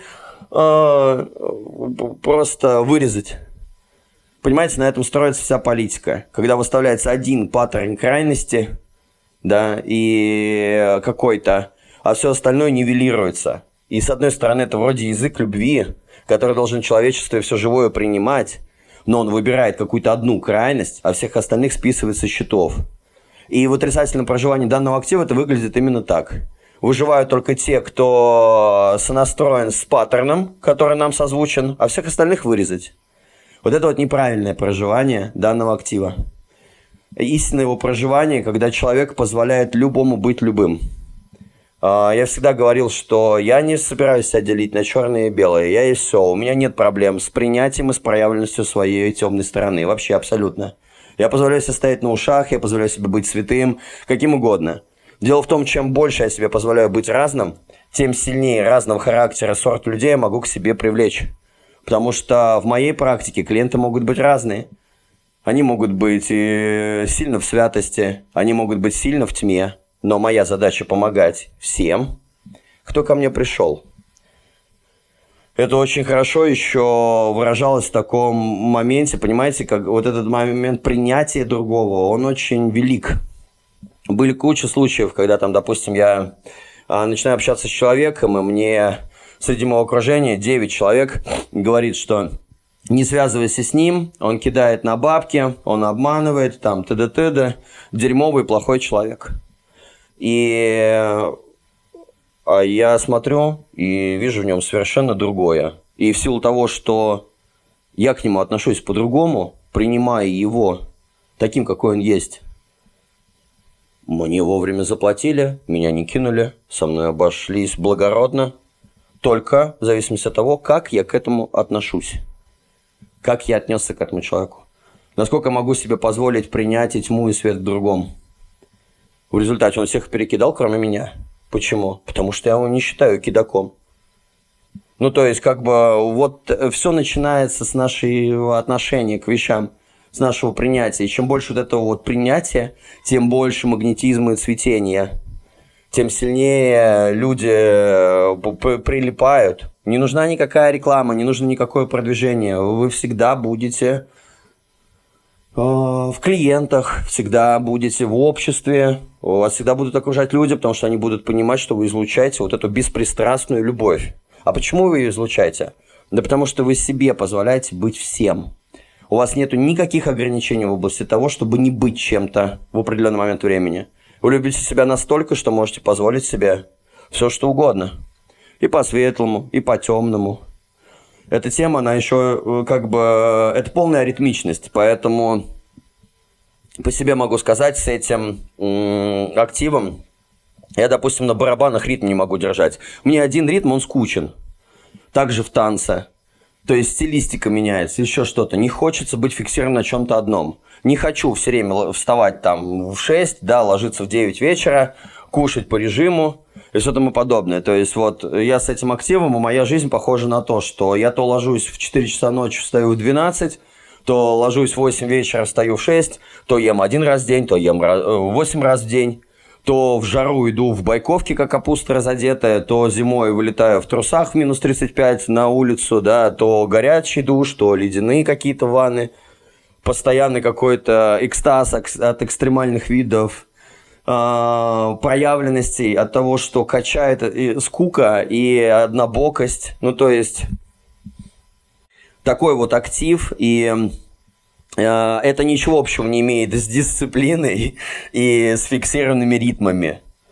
просто вырезать. Понимаете, на этом строится вся политика. Когда выставляется один паттерн крайности, да, и какой-то, а все остальное нивелируется. И с одной стороны, это вроде язык любви, который должен человечество и все живое принимать, но он выбирает какую-то одну крайность, а всех остальных списывает со счетов. И в отрицательном проживании данного актива это выглядит именно так. Выживают только те, кто сонастроен с паттерном, который нам созвучен, а всех остальных вырезать. Вот это вот неправильное проживание данного актива. Истинное его проживание, когда человек позволяет любому быть любым. Я всегда говорил, что я не собираюсь себя делить на черное и белое. Я есть все. У меня нет проблем с принятием и с проявленностью своей темной стороны. Вообще абсолютно. Я позволяю себе стоять на ушах, я позволяю себе быть святым, каким угодно. Дело в том, чем больше я себе позволяю быть разным, тем сильнее разного характера сорт людей я могу к себе привлечь. Потому что в моей практике клиенты могут быть разные. Они могут быть сильно в святости, они могут быть сильно в тьме. Но моя задача помогать всем, кто ко мне пришел. Это очень хорошо еще выражалось в таком моменте, понимаете, как вот этот момент принятия другого, он очень велик. Были куча случаев, когда там, допустим, я начинаю общаться с человеком, и мне среди моего окружения 9 человек говорит, что не связывайся с ним, он кидает на бабки, он обманывает, там, т.д. Дерьмовый, плохой человек. И я смотрю и вижу в нем совершенно другое. И в силу того, что я к нему отношусь по-другому, принимая его таким, какой он есть, мне вовремя заплатили, меня не кинули, со мной обошлись благородно, только в зависимости от того, как я к этому отношусь, как я отнесся к этому человеку, насколько могу себе позволить принять и тьму, и свет в другом. В результате он всех перекидал, кроме меня. Почему? Потому что я его не считаю кидаком. Ну, то есть, как бы, вот все начинается с нашего отношения к вещам, с нашего принятия. И чем больше вот этого вот принятия, тем больше магнетизма и цветения, тем сильнее люди прилипают. Не нужна никакая реклама, не нужно никакое продвижение. Вы всегда будете в клиентах, всегда будете в обществе, вас всегда будут окружать люди, потому что они будут понимать, что вы излучаете вот эту беспристрастную любовь. А почему вы ее излучаете? Да потому что вы себе позволяете быть всем. У вас нет никаких ограничений в области того, чтобы не быть чем-то в определенный момент времени. Вы любите себя настолько, что можете позволить себе все, что угодно. И по светлому, и по темному. Эта тема, она еще как бы... Это полная аритмичность, поэтому по себе могу сказать, с этим активом я, допустим, на барабанах ритм не могу держать. Мне один ритм, он скучен. Также в танце. То есть стилистика меняется, еще что-то. Не хочется быть фиксированным на чем-то одном. Не хочу все время вставать там в 6, да, ложиться в 9 вечера, кушать по режиму и все тому подобное. То есть вот я с этим активом, и моя жизнь похожа на то, что я то ложусь в 4 часа ночи, встаю в 12, то ложусь в 8 вечера, встаю в 6, то ем 1 раз в день, то ем 8 раз в день. То в жару иду в байковке, как капуста разодетая, то зимой вылетаю в трусах в минус 35 на улицу, да, то горячий душ, то ледяные какие-то ванны, постоянный какой-то экстаз от экстремальных видов, проявленностей, от того, что качает и скука и однобокость, ну, то есть такой вот актив, и это ничего общего не имеет с дисциплиной и с фиксированными ритмами.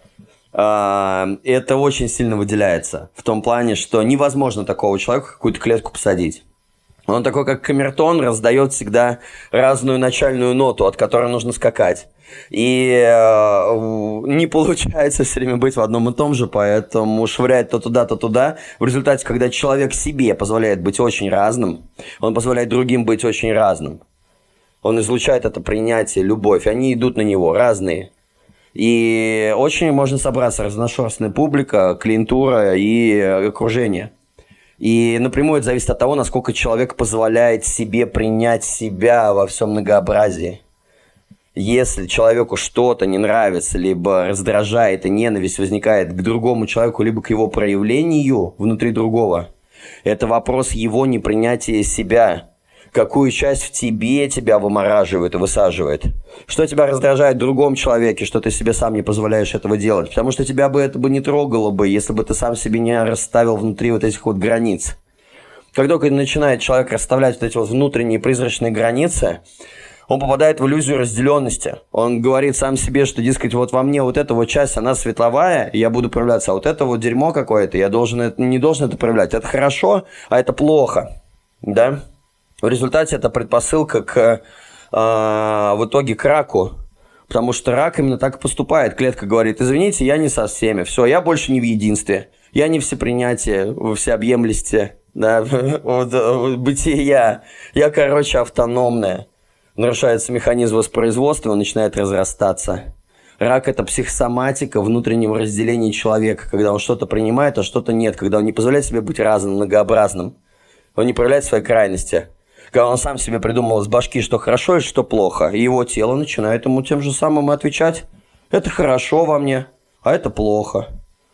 это очень сильно выделяется. В том плане, что невозможно такого человека в какую-то клетку посадить. Он такой, как камертон, раздает всегда разную начальную ноту, от которой нужно скакать. И не получается все время быть в одном и том же, поэтому швыряет то туда, то туда. В результате, когда человек себе позволяет быть очень разным, он позволяет другим быть очень разным. Он излучает это принятие, любовь. Они идут на него, разные. И очень можно собраться разношерстная публика, клиентура и окружение. И напрямую это зависит от того, насколько человек позволяет себе принять себя во всем многообразии. Если человеку что-то не нравится, либо раздражает, и ненависть возникает к другому человеку, либо к его проявлению внутри другого, это вопрос его непринятия себя. Какую часть в тебе тебя вымораживает и высаживает? Что тебя раздражает в другом человеке, что ты себе сам не позволяешь этого делать? Потому что тебя бы это бы не трогало бы, если бы ты сам себе не расставил внутри вот этих вот границ. Как только начинает человек расставлять вот эти вот внутренние призрачные границы, он попадает в иллюзию разделенности. Он говорит сам себе, что, дескать, вот во мне вот эта вот часть, она светловая, и я буду проявляться, а вот это вот дерьмо какое-то, я не должен это проявлять. Это хорошо, а это плохо, да? В результате это предпосылка в итоге к раку, потому что рак именно так и поступает. Клетка говорит: извините, я не со всеми, все, я больше не в единстве, я не всепринятие, во всеобъемлести, да, бытия, я, короче, автономная. Нарушается механизм воспроизводства, он начинает разрастаться. Рак – это психосоматика внутреннего разделения человека, когда он что-то принимает, а что-то нет, когда он не позволяет себе быть разным, многообразным, он не проявляет свои крайности. Когда он сам себе придумал из башки, что хорошо и что плохо, и его тело начинает ему тем же самым отвечать: это хорошо во мне, а это плохо.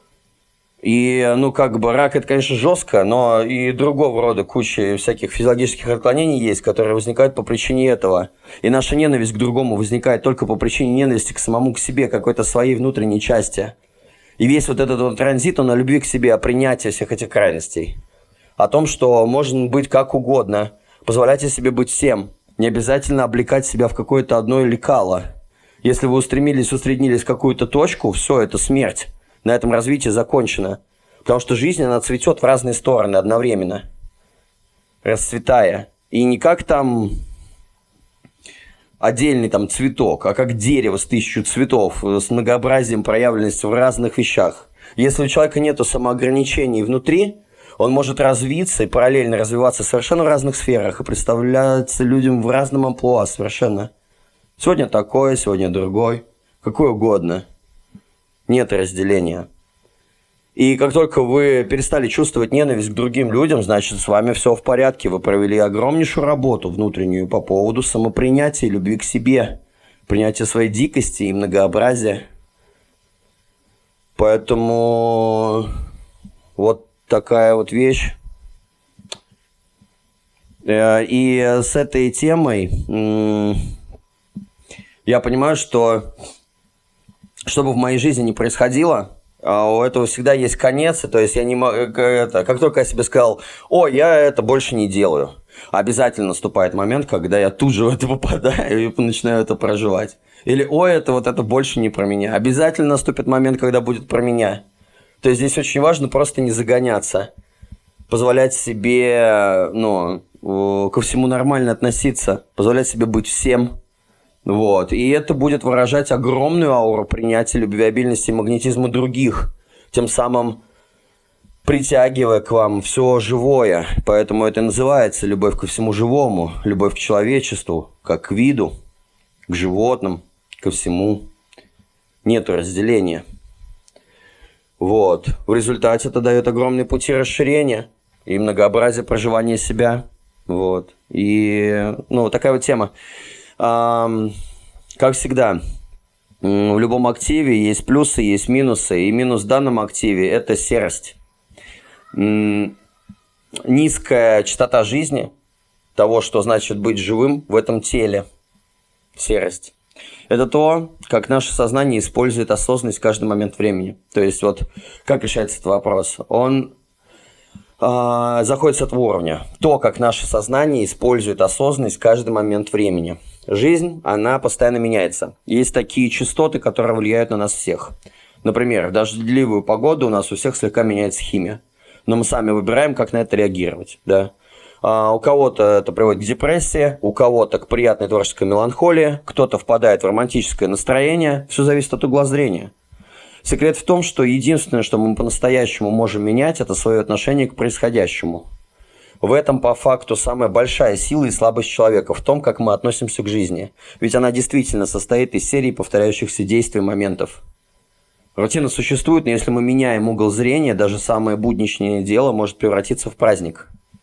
И, рак – это, конечно, жестко, но и другого рода куча всяких физиологических отклонений есть, которые возникают по причине этого. И наша ненависть к другому возникает только по причине ненависти к самому, к себе, какой-то своей внутренней части. И весь вот этот вот транзит, он о любви к себе, о принятии всех этих крайностей. О том, что можно быть как угодно. Позволяйте себе быть всем. Не обязательно облекать себя в какое-то одно лекало. Если вы усреднились в какую-то точку, все, это смерть. На этом развитие закончено. Потому что жизнь, она цветет в разные стороны одновременно. Расцветая. И не как там отдельный там цветок, а как дерево с 1000 цветов, с многообразием проявленности в разных вещах. Если у человека нет самоограничений внутри, он может развиться и параллельно развиваться в совершенно разных сферах и представляться людям в разном амплуа совершенно. Сегодня такой, сегодня другой, какой угодно. Нет разделения. И как только вы перестали чувствовать ненависть к другим людям, значит, с вами все в порядке. Вы провели огромнейшую работу внутреннюю по поводу самопринятия, любви к себе, принятия своей дикости и многообразия. Поэтому вот такая вот вещь. И с этой темой я понимаю, что бы в моей жизни ни происходило, у этого всегда есть конец. То есть я не могу, как только я себе сказал: я это больше не делаю, обязательно наступает момент, когда я тут же в это попадаю и начинаю это проживать. Или это больше не про меня. Обязательно наступит момент, когда будет про меня. То есть здесь очень важно просто не загоняться, позволять себе, ко всему нормально относиться, позволять себе быть всем. Вот. И это будет выражать огромную ауру принятия, любвеобильности и магнетизма других, тем самым притягивая к вам все живое. Поэтому это и называется любовь ко всему живому, любовь к человечеству, как к виду, к животным, ко всему. Нету разделения. Вот. В результате это дает огромные пути расширения и многообразия проживания себя. Вот. И, такая вот тема. Как всегда, в любом активе есть плюсы, есть минусы. И минус в данном активе – это серость. Низкая частота жизни, того, что значит быть живым в этом теле. Серость. Это то, как наше сознание использует осознанность в каждый момент времени. То есть, как решается этот вопрос? Он заходит с этого уровня. То, как наше сознание использует осознанность в каждый момент времени. Жизнь, она постоянно меняется. Есть такие частоты, которые влияют на нас всех. Например, в дождливую погоду у нас у всех слегка меняется химия, но мы сами выбираем, как на это реагировать, да. У кого-то это приводит к депрессии, у кого-то к приятной творческой меланхолии, кто-то впадает в романтическое настроение. Все зависит от угла зрения. Секрет в том, что единственное, что мы по-настоящему можем менять, это свое отношение к происходящему. В этом, по факту, самая большая сила и слабость человека, в том, как мы относимся к жизни. Ведь она действительно состоит из серии повторяющихся действий и моментов. Рутина существует, но если мы меняем угол зрения, даже самое будничное дело может превратиться в праздник.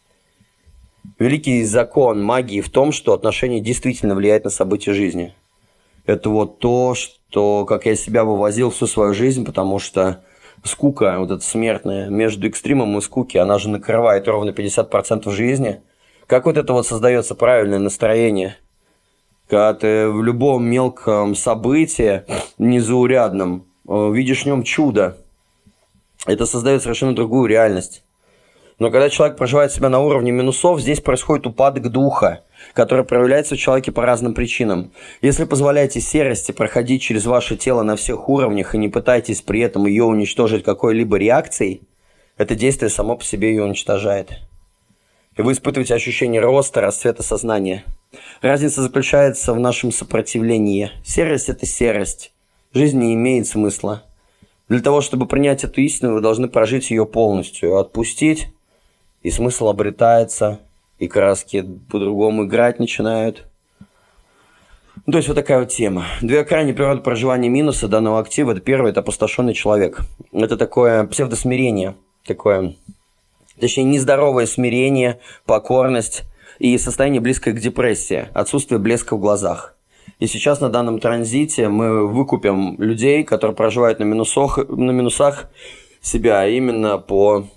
Великий закон магии в том, что отношение действительно влияет на события жизни. Это вот то, что, как я себя вывозил всю свою жизнь, потому что скука, вот эта смертная, между экстримом и скуки, она же накрывает ровно 50% жизни. Как вот это вот создается правильное настроение? Когда ты в любом мелком событии, незаурядном, видишь в нем чудо, это создает совершенно другую реальность. Но когда человек проживает себя на уровне минусов, здесь происходит упадок духа, который проявляется в человеке по разным причинам. Если позволяете серости проходить через ваше тело на всех уровнях и не пытаетесь при этом ее уничтожить какой-либо реакцией, это действие само по себе ее уничтожает. И вы испытываете ощущение роста, расцвета сознания. Разница заключается в нашем сопротивлении. Серость – это серость. Жизнь не имеет смысла. Для того, чтобы принять эту истину, вы должны прожить ее полностью, отпустить, и смысл обретается, и краски по-другому играть начинают. Ну, то есть вот такая вот тема. Две крайние природы проживания минуса данного актива. Это первое, это опустошенный человек. Это такое псевдосмирение, такое, точнее, нездоровое смирение, покорность и состояние близкое к депрессии, отсутствие блеска в глазах. И сейчас на данном транзите мы выкупим людей, которые проживают на минусах себя именно по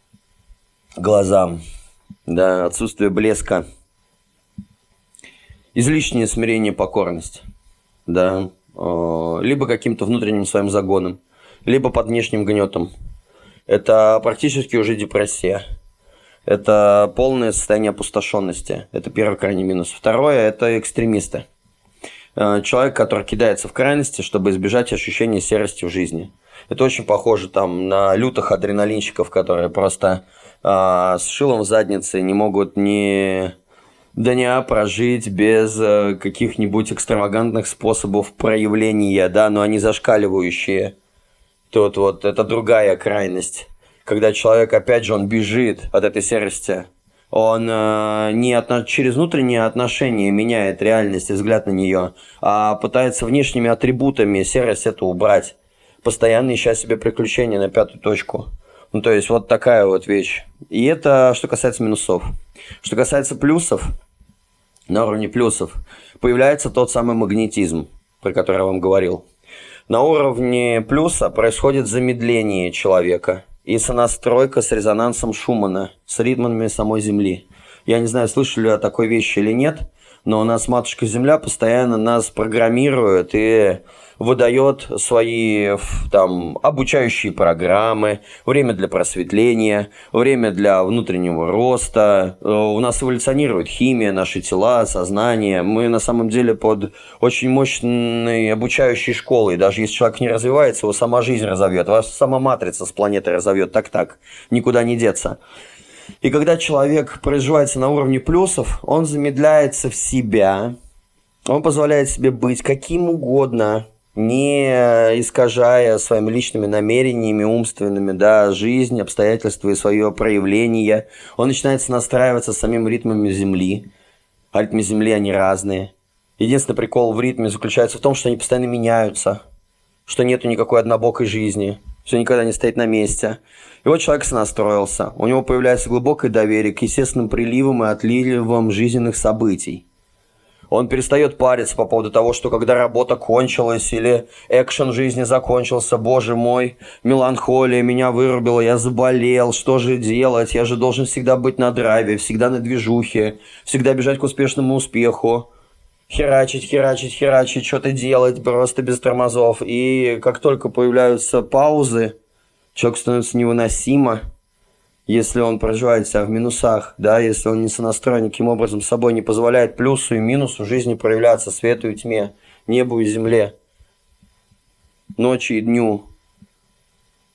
глазам, да, отсутствие блеска, излишнее смирение, покорность, да, либо каким-то внутренним своим загоном, либо под внешним гнетом. Это практически уже депрессия. Это полное состояние опустошенности. Это первый крайний минус. Второе – это экстремисты. Человек, который кидается в крайности, чтобы избежать ощущения серости в жизни. Это очень похоже там на лютых адреналинщиков, которые просто с шилом в заднице не могут ни дня прожить без каких-нибудь экстравагантных способов проявления, да, но они зашкаливающие. Тут вот это другая крайность, когда человек, опять же, он бежит от этой серости. Он через внутренние отношения меняет реальность и взгляд на нее, а пытается внешними атрибутами серость эту убрать, постоянно ища себе приключения на пятую точку. Ну, то есть, вот такая вот вещь. И это что касается минусов. Что касается плюсов, на уровне плюсов появляется тот самый магнетизм, про который я вам говорил. На уровне плюса происходит замедление человека и сонастройка с резонансом Шумана, с ритмами самой Земли. Я не знаю, слышали о такой вещи или нет, но у нас Матушка Земля постоянно нас программирует и выдает свои там обучающие программы, время для просветления, время для внутреннего роста. У нас эволюционирует химия, наши тела, сознание. Мы на самом деле под очень мощной обучающей школой. Даже если человек не развивается, его сама жизнь разовьет, вас сама матрица с планеты разовьет. Так, никуда не деться. И когда человек проживается на уровне плюсов, он замедляется в себя, он позволяет себе быть каким угодно, не искажая своими личными намерениями, умственными, да, жизнь, обстоятельства и свое проявление. Он начинает настраиваться с самим ритмами Земли. А ритмы Земли, они разные. Единственный прикол в ритме заключается в том, что они постоянно меняются, что нету никакой однобокой жизни, все никогда не стоит на месте. И вот человек сонастроился, у него появляется глубокое доверие к естественным приливам и отливам жизненных событий. Он перестает париться по поводу того, что когда работа кончилась или экшен жизни закончился, боже мой, меланхолия меня вырубила, я заболел, что же делать, я же должен всегда быть на драйве, всегда на движухе, всегда бежать к успешному успеху, херачить, что-то делать просто без тормозов. И как только появляются паузы, человеку становится невыносимо. Если он проживает себя в минусах, да, если он не сонастроен никаким образом с собой, не позволяет плюсу и минусу в жизни проявляться, свету и тьме, небу и земле, ночи и дню.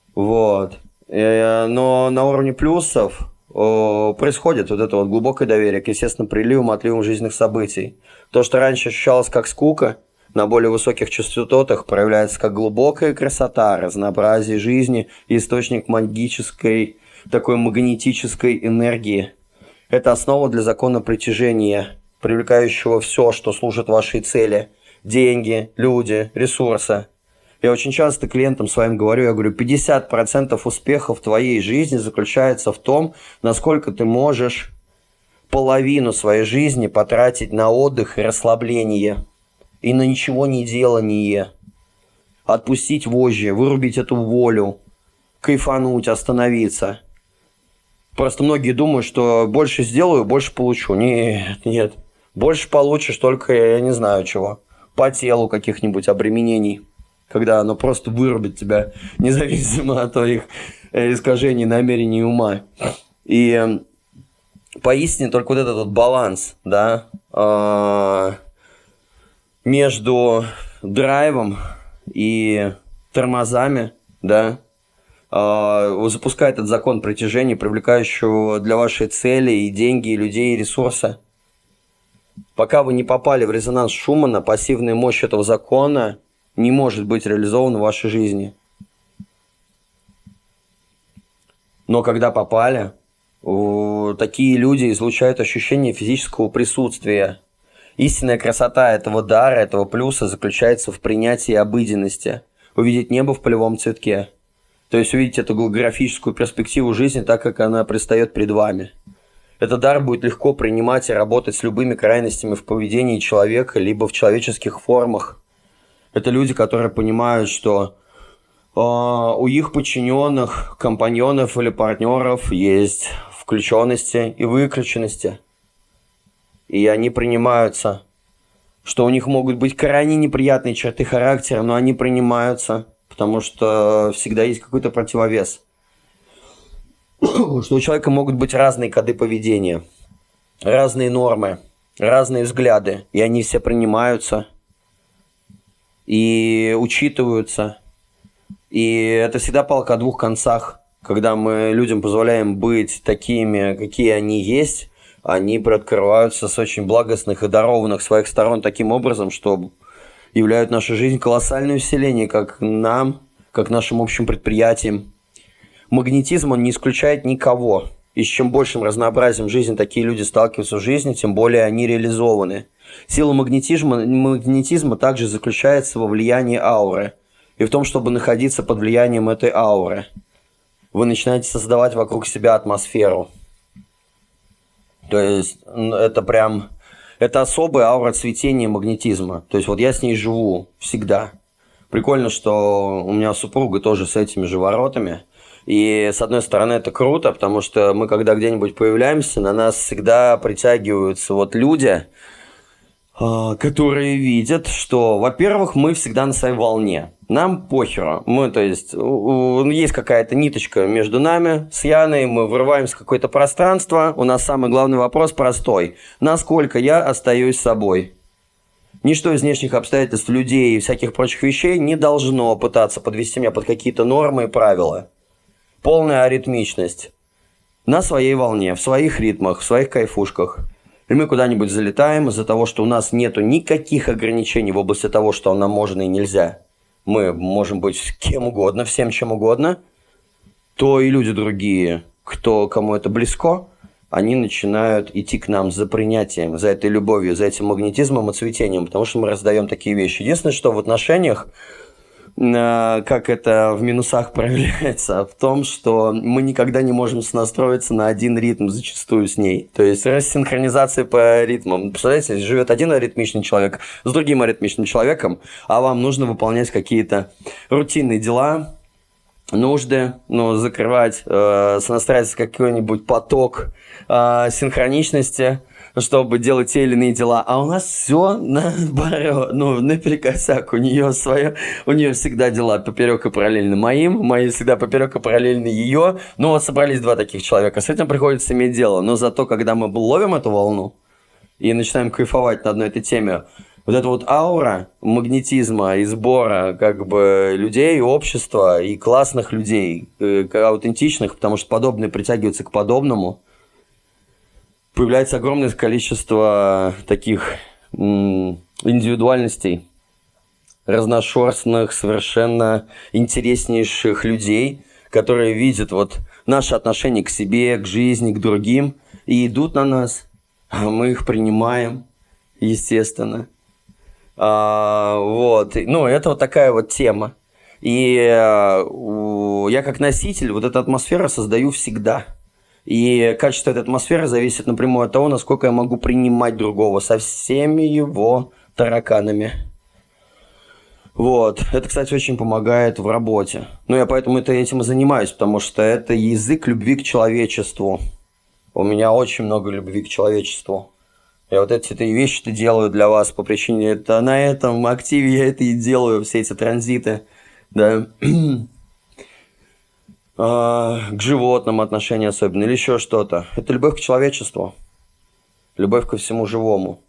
Вот. Но на уровне плюсов происходит вот это вот глубокое доверие к, естественно, приливам, отливам жизненных событий. То, что раньше ощущалось как скука, на более высоких частотах проявляется как глубокая красота, разнообразие жизни и источник магической, такой магнетической энергии. Это основа для закона притяжения, привлекающего все, что служит вашей цели. Деньги, люди, ресурсы. Я очень часто клиентам своим говорю, я говорю, 50% успеха в твоей жизни заключается в том, насколько ты можешь половину своей жизни потратить на отдых и расслабление, и на ничего не делание. Отпустить вожжи, вырубить эту волю, кайфануть, остановиться. Просто многие думают, что больше сделаю, больше получу. Нет, нет. Больше получишь только, я не знаю чего, по телу каких-нибудь обременений, когда оно просто вырубит тебя, независимо от твоих искажений, намерений ума. И поистине только вот этот вот баланс, да, между драйвом и тормозами, да, запускает этот закон притяжения, привлекающего для вашей цели и деньги, и людей, и ресурсы. Пока вы не попали в резонанс Шумана, пассивная мощь этого закона не может быть реализована в вашей жизни. Но когда попали, такие люди излучают ощущение физического присутствия. Истинная красота этого дара, этого плюса заключается в принятии обыденности. Увидеть небо в полевом цветке. То есть увидеть эту голографическую перспективу жизни так, как она предстает перед вами. Этот дар будет легко принимать и работать с любыми крайностями в поведении человека, либо в человеческих формах. Это люди, которые понимают, что у их подчиненных, компаньонов или партнеров есть включенности и выключенности. И они принимаются, что у них могут быть крайне неприятные черты характера, но они принимаются, потому что всегда есть какой-то противовес. Что у человека могут быть разные коды поведения, разные нормы, разные взгляды, и они все принимаются и учитываются. И это всегда палка о двух концах. Когда мы людям позволяем быть такими, какие они есть, они приоткрываются с очень благостных и дарованных своих сторон таким образом, что являют нашу жизнь колоссальное усиление как нам, как нашим общим предприятиям. Магнетизм, он не исключает никого. И с чем большим разнообразием жизни такие люди сталкиваются в жизни, тем более они реализованы. Сила магнетизма также заключается во влиянии ауры и в том, чтобы находиться под влиянием этой ауры. Вы начинаете создавать вокруг себя атмосферу. То есть это особая аура цветения магнетизма. То есть вот я с ней живу всегда. Прикольно, что у меня супруга тоже с этими же воротами. И с одной стороны это круто, потому что мы когда где-нибудь появляемся, на нас всегда притягиваются вот люди, которые видят, что, во-первых, мы всегда на своей волне. Нам похеру. То есть есть какая-то ниточка между нами с Яной, мы врываемся в какое-то пространство. У нас самый главный вопрос простой. Насколько я остаюсь собой? Ничто из внешних обстоятельств, людей и всяких прочих вещей не должно пытаться подвести меня под какие-то нормы и правила. Полная аритмичность. На своей волне, в своих ритмах, в своих кайфушках. И мы куда-нибудь залетаем из-за того, что у нас нету никаких ограничений в области того, что нам можно и нельзя. Мы можем быть с кем угодно, всем чем угодно. То и люди другие, кому это близко, они начинают идти к нам за принятием, за этой любовью, за этим магнетизмом и цветением, потому что мы раздаем такие вещи. Единственное, что в отношениях, как это в минусах проявляется, в том, что мы никогда не можем настроиться на один ритм зачастую с ней. То есть рассинхронизация по ритмам. Представляете, живет один аритмичный человек с другим аритмичным человеком, а вам нужно выполнять какие-то рутинные дела, нужды, закрывать, сонастраиваться какой-нибудь поток синхроничности, чтобы делать те или иные дела. А у нас все наоборот, наперекосяк. У нее всегда дела поперек и параллельно мои всегда поперек и параллельно ее. Вот собрались два таких человека, с этим приходится иметь дело. Но зато, когда мы ловим эту волну и начинаем кайфовать на одной этой теме, Вот эта вот аура магнетизма и сбора как бы людей, общества и классных людей, аутентичных, потому что подобные притягиваются к подобному, появляется огромное количество таких индивидуальностей, разношерстных, совершенно интереснейших людей, которые видят вот наше отношение к себе, к жизни, к другим, и идут на нас, а мы их принимаем, естественно. Вот. Ну, это вот такая вот тема. И я как носитель вот эту атмосферу создаю всегда. И качество этой атмосферы зависит напрямую от того, насколько я могу принимать другого со всеми его тараканами. Вот. Это, кстати, очень помогает в работе. Ну, я поэтому этим и занимаюсь, потому что это язык любви к человечеству. У меня очень много любви к человечеству. Я вот эти вещи-то делаю для вас по причине... Это на этом активе я это и делаю, все эти транзиты. Да. К животным отношения особенно, или еще что-то. Это любовь к человечеству. Любовь ко всему живому.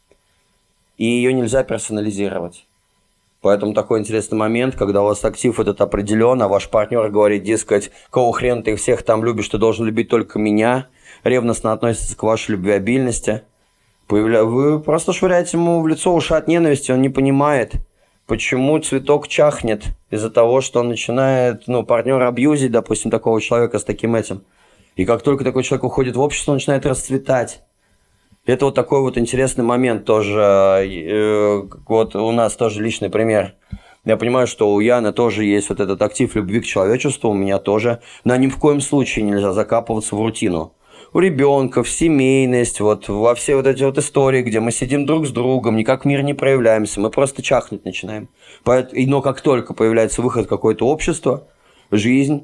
И ее нельзя персонализировать. Поэтому такой интересный момент, когда у вас актив этот определен, а ваш партнер говорит, дескать, какого хрена ты их всех там любишь, ты должен любить только меня, ревностно относится к вашей любвеобильности. Вы просто швыряете ему в лицо уши от ненависти, он не понимает, почему цветок чахнет из-за того, что он начинает, партнера абьюзить, допустим, такого человека с таким этим. И как только такой человек уходит в общество, он начинает расцветать. Это вот такой вот интересный момент тоже, вот у нас тоже личный пример. Я понимаю, что у Яны тоже есть вот этот актив любви к человечеству, у меня тоже. Но ни в коем случае нельзя закапываться в рутину. У ребенка, в семейность, вот во все вот эти вот истории, где мы сидим друг с другом, никак в мир не проявляемся, мы просто чахнуть начинаем. Но как только появляется выход в какое-то общество, жизнь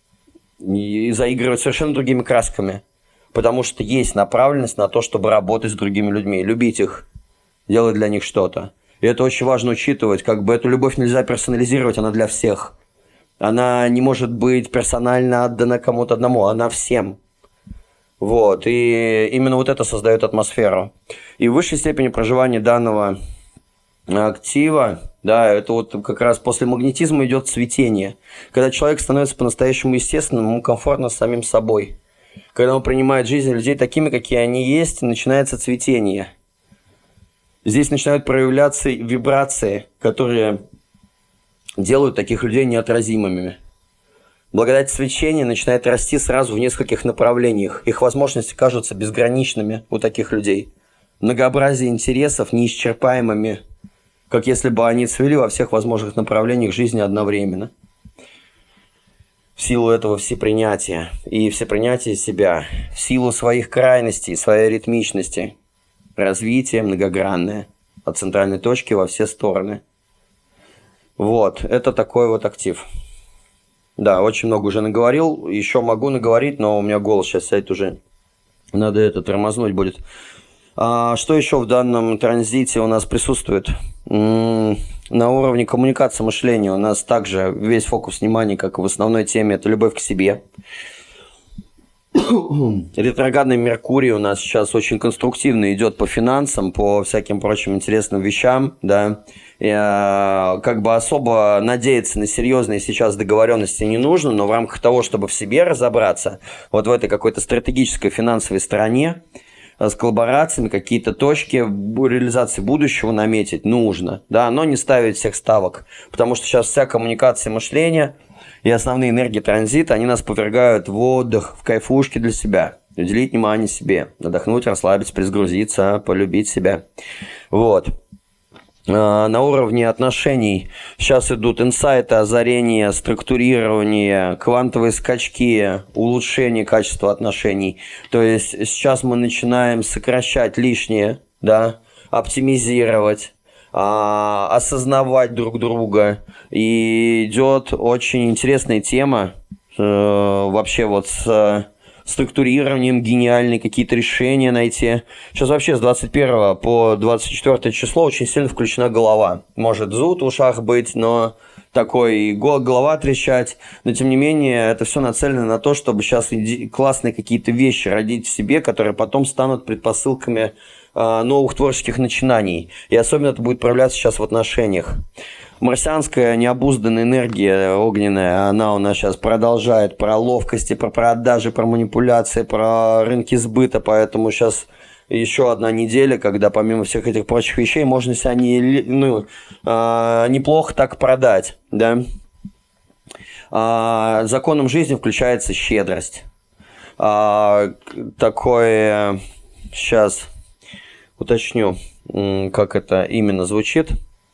и заигрывает совершенно другими красками. Потому что есть направленность на то, чтобы работать с другими людьми, любить их, делать для них что-то. И это очень важно учитывать, как бы эту любовь нельзя персонализировать, она для всех. Она не может быть персонально отдана кому-то одному, она всем. Вот, и именно вот это создает атмосферу. И в высшей степени проживания данного актива, да, это вот как раз после магнетизма идет цветение. Когда человек становится по-настоящему естественным, ему комфортно с самим собой. Когда он принимает жизнь людей такими, какие они есть, начинается цветение. Здесь начинают проявляться вибрации, которые делают таких людей неотразимыми. Благодать свечения начинает расти сразу в нескольких направлениях. Их возможности кажутся безграничными у таких людей. Многообразие интересов неисчерпаемыми, как если бы они цвели во всех возможных направлениях жизни одновременно. В силу этого всепринятия и всепринятия себя, в силу своих крайностей, своей ритмичности, развитие многогранное, от центральной точки во все стороны. Вот, это такой вот актив. Да, очень много уже наговорил, еще могу наговорить, но у меня голос сейчас сядет уже, надо это тормознуть будет. Что еще в данном транзите у нас присутствует? На уровне коммуникации мышления у нас также весь фокус внимания, как и в основной теме, это любовь к себе. Ретроградный Меркурий у нас сейчас очень конструктивно идет по финансам, по всяким прочим интересным вещам, да. И, как бы особо надеяться на серьезные сейчас договоренности не нужно, но в рамках того, чтобы в себе разобраться, вот в этой какой-то стратегической финансовой стороне, с коллаборациями, какие-то точки реализации будущего наметить нужно, да, но не ставить всех ставок, потому что сейчас вся коммуникация мышления и основные энергии транзита, они нас повергают в отдых, в кайфушки для себя, уделить внимание себе, отдохнуть, расслабиться, перезагрузиться, полюбить себя, вот. На уровне отношений сейчас идут инсайты, озарения, структурирование, квантовые скачки, улучшение качества отношений. То есть сейчас мы начинаем сокращать лишнее, да, оптимизировать, осознавать друг друга. И идет очень интересная тема вообще вот с структурированием, гениальные какие-то решения найти. Сейчас вообще с 21 по 24 число очень сильно включена голова. Может зуд в ушах быть, но такой голова трещать. Но тем не менее, это все нацелено на то, чтобы сейчас классные какие-то вещи родить в себе, которые потом станут предпосылками новых творческих начинаний. И особенно это будет проявляться сейчас в отношениях. Марсианская необузданная энергия огненная, она у нас сейчас продолжает про ловкости, про продажи, про манипуляции, про рынки сбыта, поэтому сейчас еще одна неделя, когда помимо всех этих прочих вещей можно себя неплохо так продать, да. Законом жизни включается щедрость. Такое, сейчас уточню, как это именно звучит.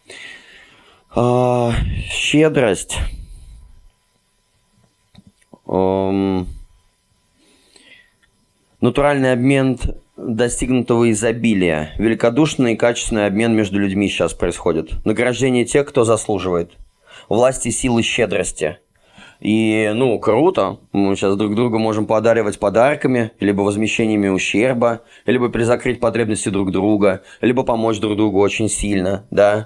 Щедрость. Натуральный обмен достигнутого изобилия. Великодушный и качественный обмен между людьми сейчас происходит. Награждение тех, кто заслуживает. Власти, силы, щедрости. И, круто. Мы сейчас друг друга можем подаривать подарками, либо возмещениями ущерба, либо перезакрыть потребности друг друга, либо помочь друг другу очень сильно, да.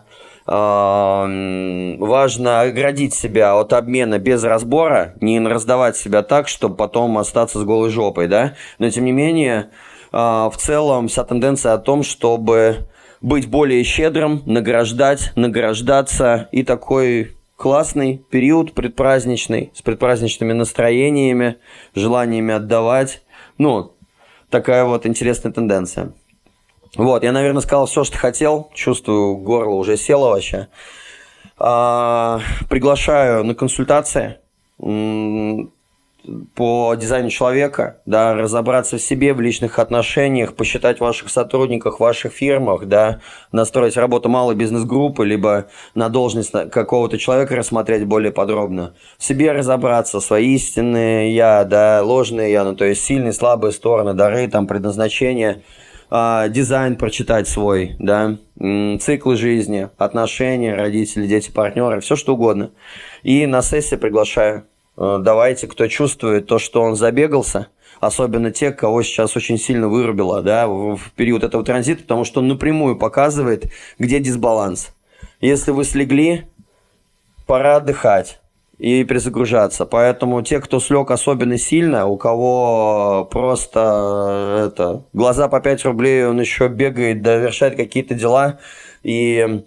Важно оградить себя от обмена без разбора, не раздавать себя так, чтобы потом остаться с голой жопой, да. Но, тем не менее, в целом вся тенденция о том, чтобы быть более щедрым, награждать, награждаться, и такой классный период предпраздничный, с предпраздничными настроениями, желаниями отдавать. Такая вот интересная тенденция. Вот, я, наверное, сказал все, что хотел. Чувствую, горло уже село вообще. Приглашаю на консультации по дизайну человека, да, разобраться в себе, в личных отношениях, посчитать ваших сотрудниках, в ваших фирмах, да, настроить работу малой бизнес-группы, либо на должность какого-то человека рассмотреть более подробно. В себе разобраться, свои истинные я, да, ложные я, то есть сильные, слабые стороны, дары, там, предназначения, дизайн прочитать свой, да, циклы жизни, отношения, родители, дети, партнеры, все что угодно. И на сессии приглашаю. Давайте, кто чувствует то, что он забегался, особенно те, кого сейчас очень сильно вырубило, да, в период этого транзита, потому что он напрямую показывает, где дисбаланс. Если вы слегли, пора отдыхать и перезагружаться. Поэтому те, кто слег особенно сильно, у кого просто глаза по 5 рублей, он еще бегает, довершает какие-то дела, и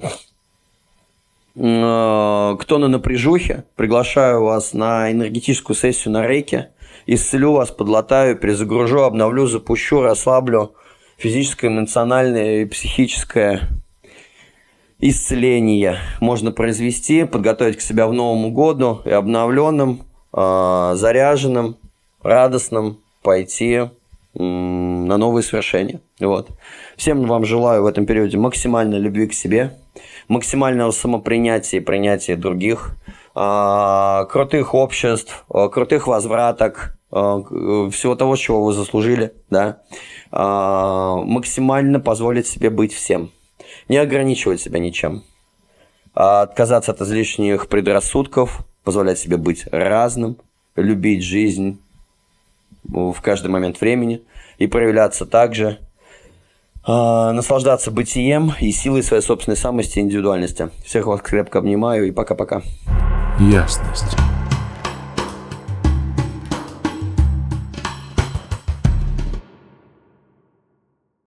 кто на напряжухе, приглашаю вас на энергетическую сессию на рейке, исцелю вас, подлатаю, перезагружу, обновлю, запущу, расслаблю физическое, эмоциональное и психическое исцеление можно произвести, подготовить к себе в Новому году и обновленным, заряженным, радостным пойти на новые свершения. Вот. Всем вам желаю в этом периоде максимальной любви к себе, максимального самопринятия и принятия других, крутых обществ, крутых возвраток, всего того, чего вы заслужили, да, максимально позволить себе быть всем, не ограничивать себя ничем, отказаться от излишних предрассудков, позволять себе быть разным, любить жизнь в каждый момент времени и проявляться также, наслаждаться бытием и силой своей собственной самости и индивидуальности. Всех вас крепко обнимаю и пока-пока. Ясность.